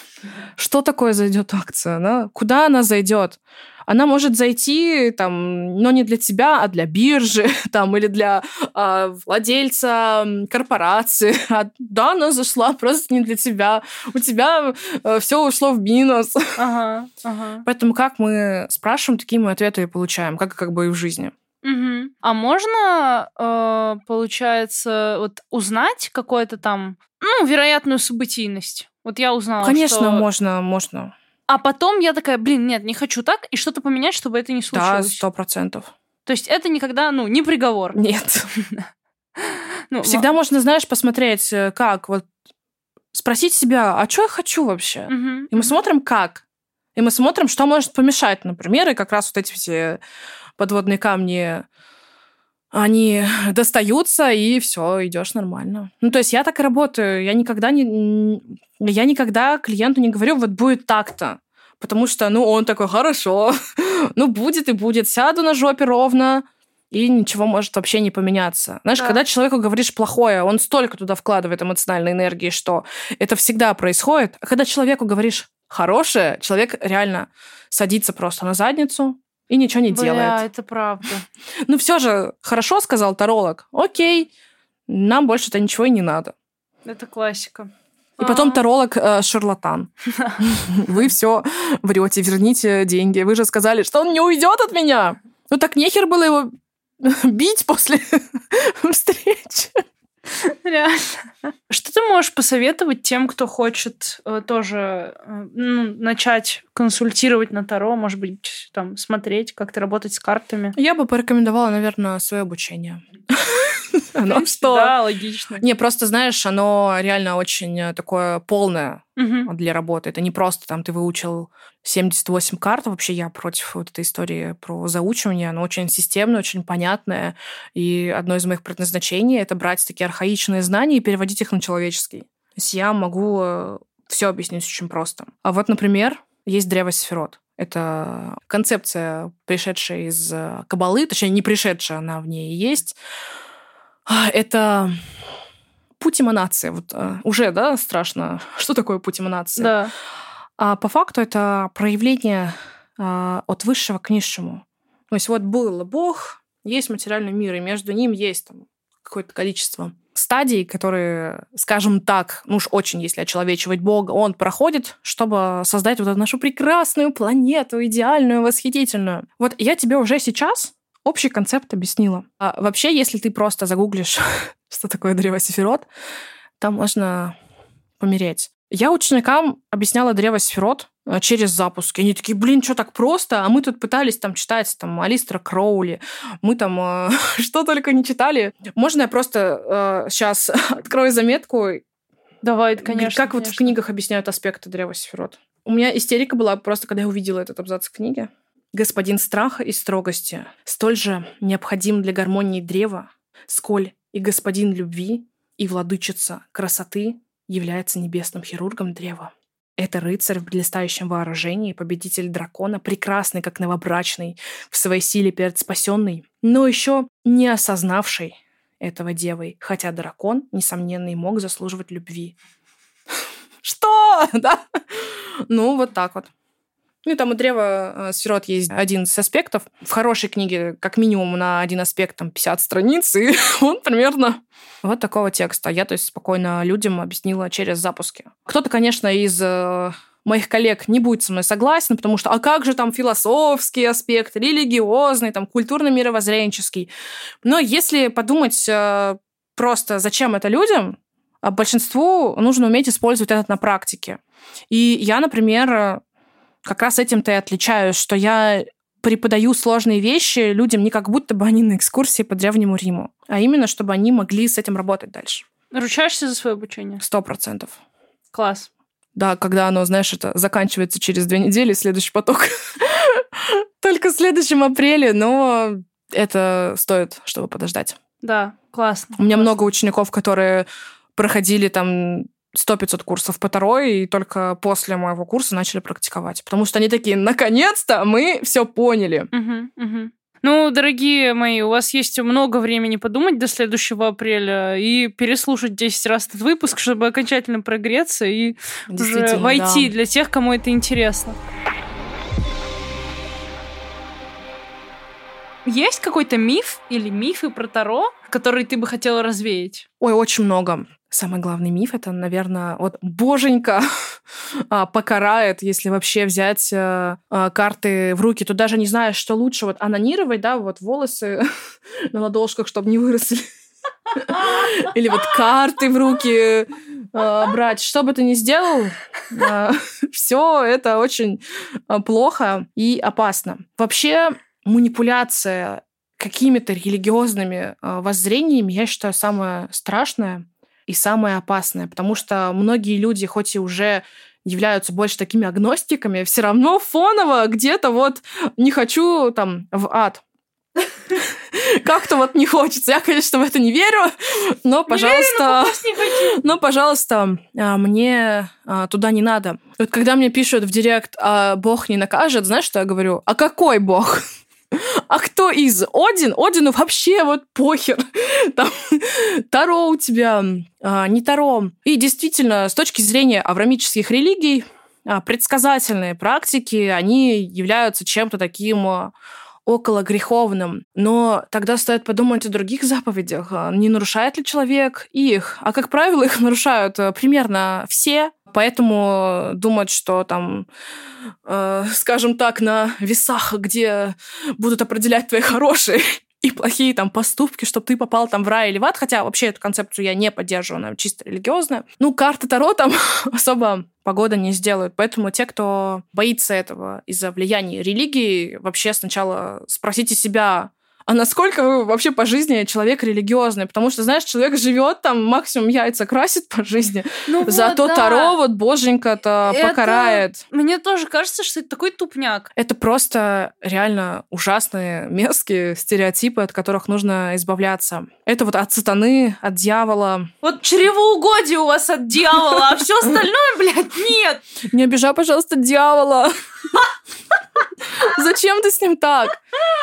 Что такое зайдет акция? Да? Куда она зайдет? Она может зайти, там, но не для тебя, а для биржи, там, или для э, владельца корпорации. А, да, она зашла просто не для тебя. У тебя э, все ушло в минус. Ага, ага. Поэтому как мы спрашиваем, такие мы ответы и получаем, как, как бы и в жизни. Угу. А можно, э, получается, вот узнать какую-то там, ну, вероятную событийность? Вот я узнала, Конечно, что... можно, можно. А потом я такая, блин, нет, не хочу так, и что-то поменять, чтобы это не случилось. Да, сто процентов. То есть это никогда, ну, не приговор. Нет. Всегда можно, знаешь, посмотреть, как, вот, спросить себя, а что я хочу вообще? И мы смотрим, как. И мы смотрим, что может помешать, например, и как раз вот эти все подводные камни, они достаются, и все, идешь нормально. Ну, то есть я так и работаю. Я никогда не... Я никогда клиенту не говорю, вот будет так-то. Потому что, ну, он такой, хорошо, ну, будет и будет. Сяду на жопе ровно, и ничего может вообще не поменяться. Знаешь, да. Когда человеку говоришь плохое, он столько туда вкладывает эмоциональной энергии, что это всегда происходит. А когда человеку говоришь хорошее, человек реально садится просто на задницу и ничего не Бля, делает. Это правда. Ну, все же хорошо, сказал таролог. Окей, нам больше-то ничего и не надо. Это классика. И потом таролог э, шарлатан. Вы все врете, верните деньги. Вы же сказали, что он не уйдет от меня. Ну так нехер было его бить после встречи. Реально. Что ты можешь посоветовать тем, кто хочет э, тоже э, ну, начать консультировать на Таро, может быть, там, смотреть, как-то работать с картами? Я бы порекомендовала, наверное, свое обучение. Оно что? Да, логично. Не, просто, знаешь, оно реально очень такое полное угу. для работы. Это не просто там ты выучил семьдесят восемь карт. Вообще я против вот этой истории про заучивание. Оно очень системное, очень понятное. И одно из моих предназначений — это брать такие архаичные знания и переводить их на человеческий. То есть я могу все объяснить очень просто. А вот, например, есть древо Сефирот. Это концепция, пришедшая из Каббалы, точнее, не пришедшая, она в ней есть. Это путь эманации. Вот, уже, да, страшно. Что такое путь эманации? Да. А по факту это проявление от высшего к низшему. То есть вот был Бог, есть материальный мир, и между ним есть там какое-то количество стадий, которые, скажем так, ну уж очень, если очеловечивать Бога, он проходит, чтобы создать вот эту нашу прекрасную планету, идеальную, восхитительную. Вот я тебе уже сейчас общий концепт объяснила. А вообще, если ты просто загуглишь, что такое древо Сефирот, там можно помереть. Я ученикам объясняла древо Сефирот через запуск. И они такие, блин, что так просто? А мы тут пытались там читать там Алистера Кроули, мы там э, что только не читали. Можно я просто э, сейчас открою заметку? Давай, конечно. Как конечно. вот в книгах объясняют аспекты древа Сефирот? У меня истерика была просто, когда я увидела этот абзац в книге. Господин страха и строгости столь же необходим для гармонии древа, сколь и господин любви и владычица красоты является небесным хирургом древа. Это рыцарь в блистающем вооружении, победитель дракона, прекрасный, как новобрачный, в своей силе перед спасенной, но еще не осознавший этого девой, хотя дракон, несомненно, и мог заслуживать любви. Что? Да? Ну, вот так вот. Ну, и там у древа Сефирот есть один из аспектов. В хорошей книге, как минимум, на один аспект там пятьдесят страниц, и он примерно вот такого текста. Я, то есть, спокойно людям объяснила через запуски. Кто-то, конечно, из э, моих коллег не будет со мной согласен, потому что, а как же там философский аспект, религиозный, там, культурно-мировоззренческий. Но если подумать э, просто, зачем это людям, большинству нужно уметь использовать это на практике. И я, например, как раз этим-то и отличаюсь, что я преподаю сложные вещи людям не как будто бы они на экскурсии по Древнему Риму, а именно, чтобы они могли с этим работать дальше. Ручаешься за свое обучение? Сто процентов. Класс. Да, когда оно, знаешь, это заканчивается через две недели, следующий поток только в следующем апреле, но это стоит, чтобы подождать. Да, классно. У меня много учеников, которые проходили там сто-пятьсот курсов по Таро, и только после моего курса начали практиковать. Потому что они такие, наконец-то мы все поняли. Угу, угу. Ну, дорогие мои, у вас есть много времени подумать до следующего апреля и переслушать десять раз этот выпуск, чтобы окончательно прогреться и уже войти да. для тех, кому это интересно. Есть какой-то миф или мифы про Таро, которые ты бы хотела развеять? Ой, очень много. Самый главный миф — это, наверное, вот боженька покарает, если вообще взять карты в руки. Тут даже не знаешь, что лучше вот анонировать, да, вот волосы на ладошках, чтобы не выросли. Или вот карты в руки брать. Что бы ты ни сделал, все это очень плохо и опасно. Вообще, манипуляция какими-то религиозными воззрениями, я считаю, самое страшное и самое опасное, потому что многие люди, хоть и уже являются больше такими агностиками, все равно фоново где-то вот не хочу там в ад. Как-то вот не хочется. Я, конечно, в это не верю, но, пожалуйста, но, пожалуйста, мне туда не надо. Вот когда мне пишут в директ, а Бог не накажет, знаешь, что я говорю? А какой Бог? А кто из? Один? Одину вообще вот похер. Там, Таро у тебя, а, не Таро. И действительно, с точки зрения авраамических религий, предсказательные практики, они являются чем-то таким около греховным. Но тогда стоит подумать о других заповедях. Не нарушает ли человек их? А, как правило, их нарушают примерно все. Поэтому думать, что там, э, скажем так, на весах, где будут определять твои хорошие и плохие там поступки, чтобы ты попал там в рай или в ад, хотя вообще эту концепцию я не поддерживаю, она чисто религиозная. Ну, карты Таро там особо погода не сделают. Поэтому те, кто боится этого из-за влияния религии, вообще сначала спросите себя, а насколько вы вообще по жизни человек религиозный? Потому что, знаешь, человек живет там, максимум яйца красит по жизни. Ну Зато вот, да. Таро вот боженька-то это... покарает. Мне тоже кажется, что это такой тупняк. Это просто реально ужасные, мерзкие стереотипы, от которых нужно избавляться. Это вот от сатаны, от дьявола. Вот чревоугодие у вас от дьявола, а все остальное, блядь, нет. Не обижай, пожалуйста, дьявола. Зачем ты с ним так?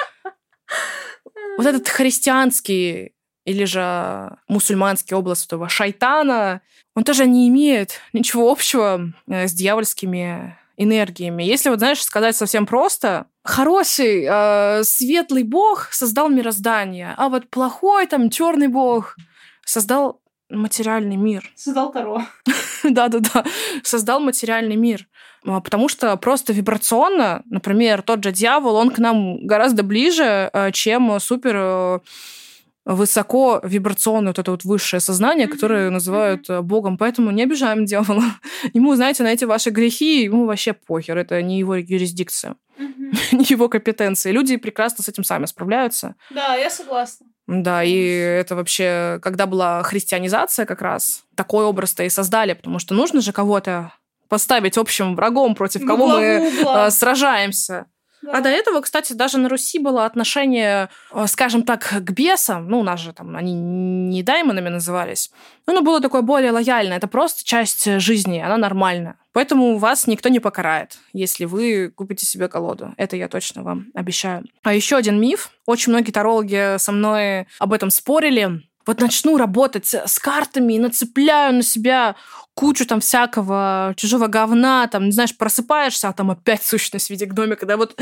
Вот этот христианский или же мусульманский образ этого шайтана, он тоже не имеет ничего общего с дьявольскими энергиями. Если вот, знаешь, сказать совсем просто, хороший, э, светлый бог создал мироздание, а вот плохой, там, черный бог создал материальный мир. Создал Таро. Да-да-да, создал материальный мир. Потому что просто вибрационно, например, тот же дьявол, он к нам гораздо ближе, чем супер высоко вибрационное вот это вот высшее сознание, mm-hmm. которое называют mm-hmm. Богом. Поэтому не обижаем дьявола. Ему, знаете, на эти ваши грехи, ему вообще похер. Это не его юрисдикция, mm-hmm. не его компетенции. Люди прекрасно с этим сами справляются. Да, я согласна. Да, и это вообще, когда была христианизация как раз, такой образ-то и создали, потому что нужно же кого-то поставить общим врагом, против кого мы угла. сражаемся. Да. А до этого, кстати, даже на Руси было отношение, скажем так, к бесам. Ну, у нас же там они не даймонами назывались. Но оно было такое более лояльное. Это просто часть жизни, она нормальная. Поэтому вас никто не покарает, если вы купите себе колоду. Это я точно вам обещаю. А еще один миф. Очень многие тарологи со мной об этом спорили. Вот начну работать с картами и нацепляю на себя кучу там всякого чужого говна, там, не знаешь, просыпаешься, а там опять сущность в виде гномика, да, вот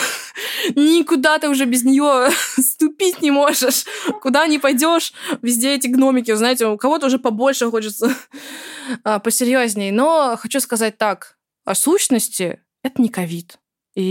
никуда ты уже без нее ступить не можешь, куда ни пойдешь, везде эти гномики, знаете, у кого-то уже побольше хочется, посерьезней. Но хочу сказать так, о сущности это не ковид.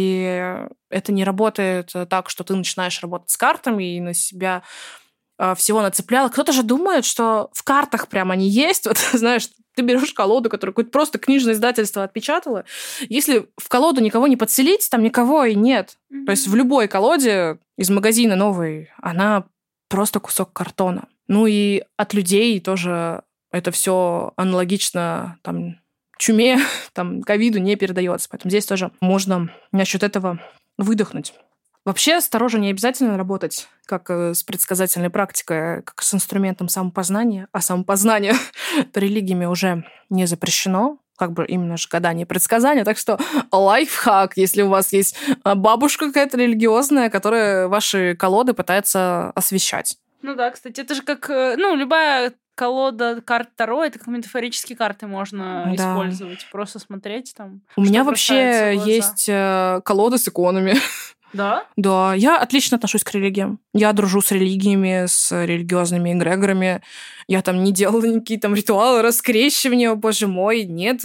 И это не работает так, что ты начинаешь работать с картами и на себя всего нацепляла. Кто-то же думает, что в картах прям они есть. Вот, знаешь, ты берешь колоду, которую какое-то просто книжное издательство отпечатало. Если в колоду никого не подселить, там никого и нет. Mm-hmm. То есть в любой колоде из магазина новой она просто кусок картона. Ну и от людей тоже это все аналогично там, чуме, там, ковиду не передается. Поэтому здесь тоже можно насчет этого выдохнуть. Вообще, с Таро же не обязательно работать как с предсказательной практикой, как с инструментом самопознания. А самопознание религиями уже не запрещено, как бы именно же гадание и предсказания. Так что лайфхак, если у вас есть бабушка какая-то религиозная, которая ваши колоды пытается освещать. Ну да, кстати, это же как, ну, любая колода карт Таро, это как метафорические карты можно да. использовать. Просто смотреть там. У меня вообще есть колода с иконами. Да? Да, я отлично отношусь к религиям. Я дружу с религиями, с религиозными эгрегорами. Я там не делала никакие там ритуалы раскрещивания, боже мой, нет.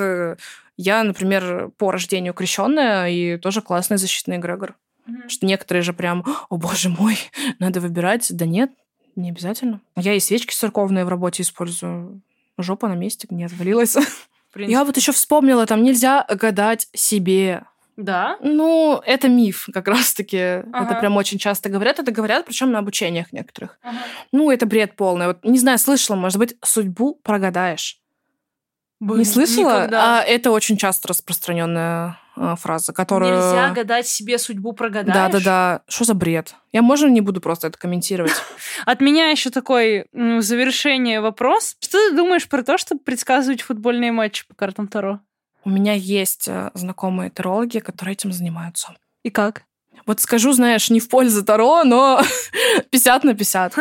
Я, например, по рождению крещенная и тоже классный защитный эгрегор. Mm-hmm. Что некоторые же прям, о боже мой, надо выбирать. Да нет, не обязательно. Я и свечки церковные в работе использую. Жопа на месте не отвалилась. Я вот еще вспомнила, там нельзя гадать себе. Да? Ну, это миф как раз-таки. Ага. Это прям очень часто говорят. Это говорят, причем на обучениях некоторых. Ага. Ну, это бред полный. Вот, не знаю, слышала, может быть, судьбу прогадаешь. Блин, не слышала? Никогда. А это очень часто распространенная а, фраза, которую... Нельзя гадать себе судьбу прогадаешь? Да-да-да. Что за бред? Я, можно, не буду просто это комментировать? От меня еще такой в завершение вопрос. Что ты думаешь про то, чтобы предсказывать футбольные матчи по картам Таро? У меня есть знакомые тарологи, которые этим занимаются. И как? Вот скажу, знаешь, не в пользу Таро, но пятьдесят на пятьдесят.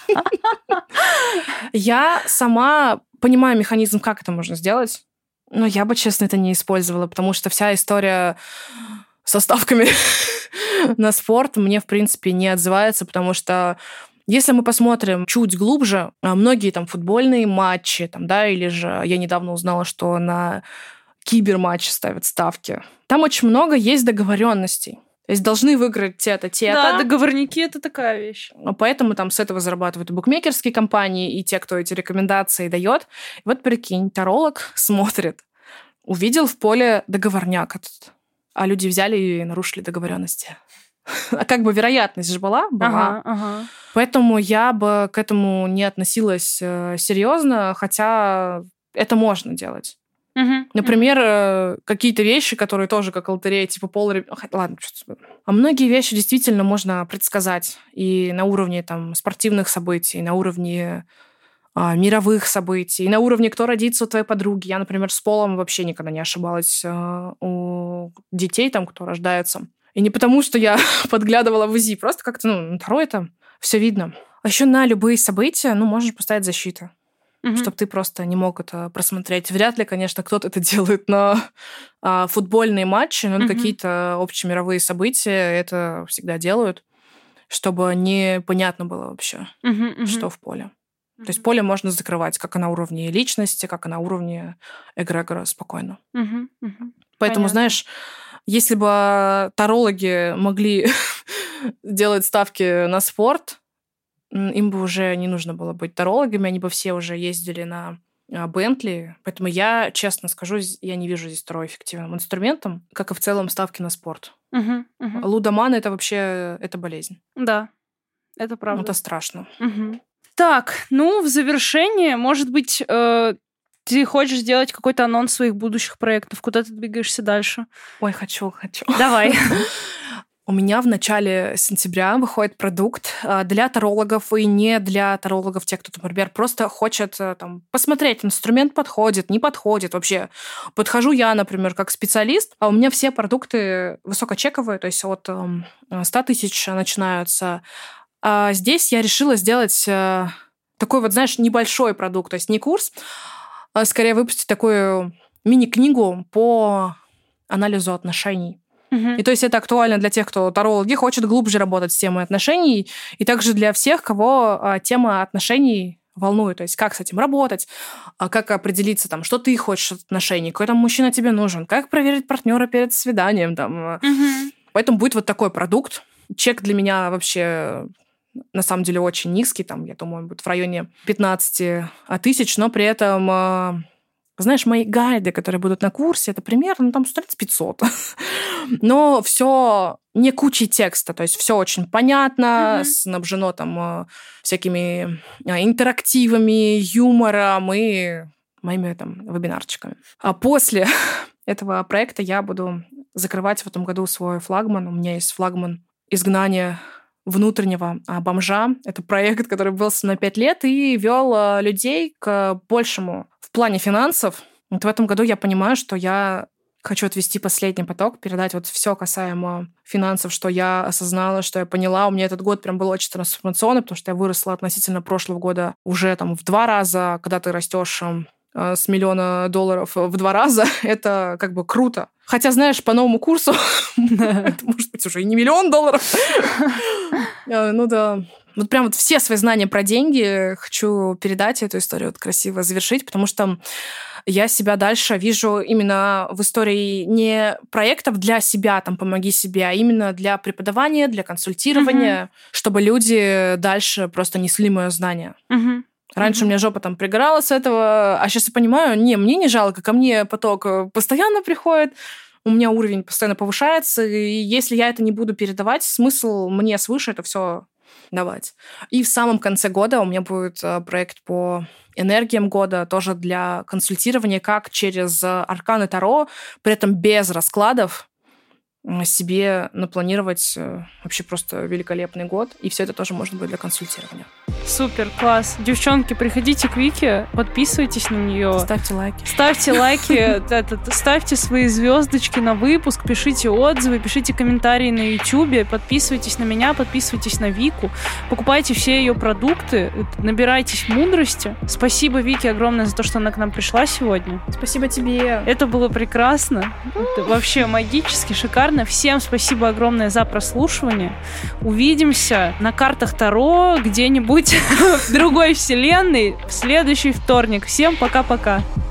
Я сама понимаю механизм, как это можно сделать, но я бы, честно, это не использовала, потому что вся история со ставками на спорт мне, в принципе, не отзывается, потому что если мы посмотрим чуть глубже, многие там футбольные матчи, там, да, или же я недавно узнала, что на киберматчи ставят ставки. Там очень много есть договоренностей. То есть должны выиграть те-то, те-то. Да, договорники — это такая вещь. Поэтому там с этого зарабатывают и букмекерские компании, и те, кто эти рекомендации дает. И вот прикинь, таролог смотрит, увидел в поле договорняк этот, а люди взяли и нарушили договоренности. А как бы вероятность же была? Была. Ага, ага. Поэтому я бы к этому не относилась серьезно, хотя это можно делать. Uh-huh. Например, uh-huh. какие-то вещи, которые тоже как лотерея, типа пол... Ладно, что-то... А многие вещи действительно можно предсказать и на уровне там, спортивных событий, и на уровне а, мировых событий, и на уровне кто родится у твоей подруги. Я, например, с полом вообще никогда не ошибалась а, у детей, там, кто рождается. И не потому, что я подглядывала в УЗИ, просто как-то, ну, на Таро это все видно. А еще на любые события, ну, можно поставить защиту. угу. чтобы ты просто не мог это просмотреть. Вряд ли, конечно, кто-то это делает на а, футбольные матчи, но угу. на какие-то общемировые события это всегда делают, чтобы непонятно было вообще, угу, угу. что в поле. То есть поле можно закрывать как на уровне личности, как и на уровне эгрегора спокойно. Угу, угу. Поэтому, Понятно. знаешь, если бы тарологи могли делать ставки на спорт, им бы уже не нужно было быть тарологами, они бы все уже ездили на Бентли. Поэтому я, честно скажу, я не вижу здесь второй эффективным инструментом, как и в целом ставки на спорт. Угу, угу. Лудоман — это вообще это болезнь. Да, это правда. Это страшно. Угу. Так, ну, в завершение, может быть, э, ты хочешь сделать какой-то анонс своих будущих проектов? Куда ты двигаешься дальше? Ой, хочу, хочу. Давай. У меня в начале сентября выходит продукт для тарологов и не для тарологов, тех, кто, например, просто хочет там, посмотреть, инструмент подходит, не подходит. Вообще, подхожу я, например, как специалист, а у меня все продукты высокочековые, то есть от ста тысяч начинаются. А здесь я решила сделать такой вот, знаешь, небольшой продукт, то есть не курс, а скорее выпустить такую мини-книгу по анализу отношений. Uh-huh. И то есть это актуально для тех, кто тарологи, хочет глубже работать с темой отношений, и также для всех, кого а, тема отношений волнует. То есть как с этим работать, а, как определиться, там, что ты хочешь от отношений, какой там мужчина тебе нужен, как проверить партнера перед свиданием. Там. Uh-huh. Поэтому будет вот такой продукт. Чек для меня вообще на самом деле очень низкий, там, я думаю, будет в районе пятнадцать тысяч, но при этом... Знаешь, мои гайды, которые будут на курсе, это примерно, ну, там, страниц пятьсот. Но все не кучей текста, то есть все очень понятно, mm-hmm. снабжено там всякими интерактивами, юмором и моими там вебинарчиками. А после этого проекта я буду закрывать в этом году свой флагман. У меня есть флагман «Изгнание внутреннего бомжа». Это проект, который был на пять лет и вел людей к большему в плане финансов. Вот в этом году я понимаю, что я хочу отвести последний поток, передать вот все касаемо финансов, что я осознала, что я поняла. У меня этот год прям был очень трансформационный, потому что я выросла относительно прошлого года уже там в два раза. Когда ты растешь с миллиона долларов в два раза, это как бы круто. Хотя, знаешь, по новому курсу это может быть уже и не миллион долларов. Ну да. Вот прям вот все свои знания про деньги хочу передать, эту историю вот красиво завершить, потому что я себя дальше вижу именно в истории не проектов для себя, там, помоги себе, а именно для преподавания, для консультирования, mm-hmm. чтобы люди дальше просто несли мое знание. Mm-hmm. Раньше mm-hmm. у меня жопа там пригорала с этого, а сейчас я понимаю, не, мне не жалко, ко мне поток постоянно приходит, у меня уровень постоянно повышается, и если я это не буду передавать, смысл мне свыше это все давать. И в самом конце года у меня будет проект по энергиям года, тоже для консультирования, как через арканы Таро, при этом без раскладов, себе напланировать вообще просто великолепный год. И все это тоже может быть для консультирования. Супер, класс. Девчонки, приходите к Вике, подписывайтесь на нее. Ставьте лайки. Ставьте лайки, ставьте свои звездочки на выпуск, пишите отзывы, пишите комментарии на Ютубе, подписывайтесь на меня, подписывайтесь на Вику, покупайте все ее продукты, набирайтесь мудрости. Спасибо Вике огромное за то, что она к нам пришла сегодня. Спасибо тебе. Это было прекрасно. Это вообще магически, шикарно. Всем спасибо огромное за прослушивание. Увидимся на картах Таро где-нибудь в другой вселенной в следующий вторник. Всем пока-пока.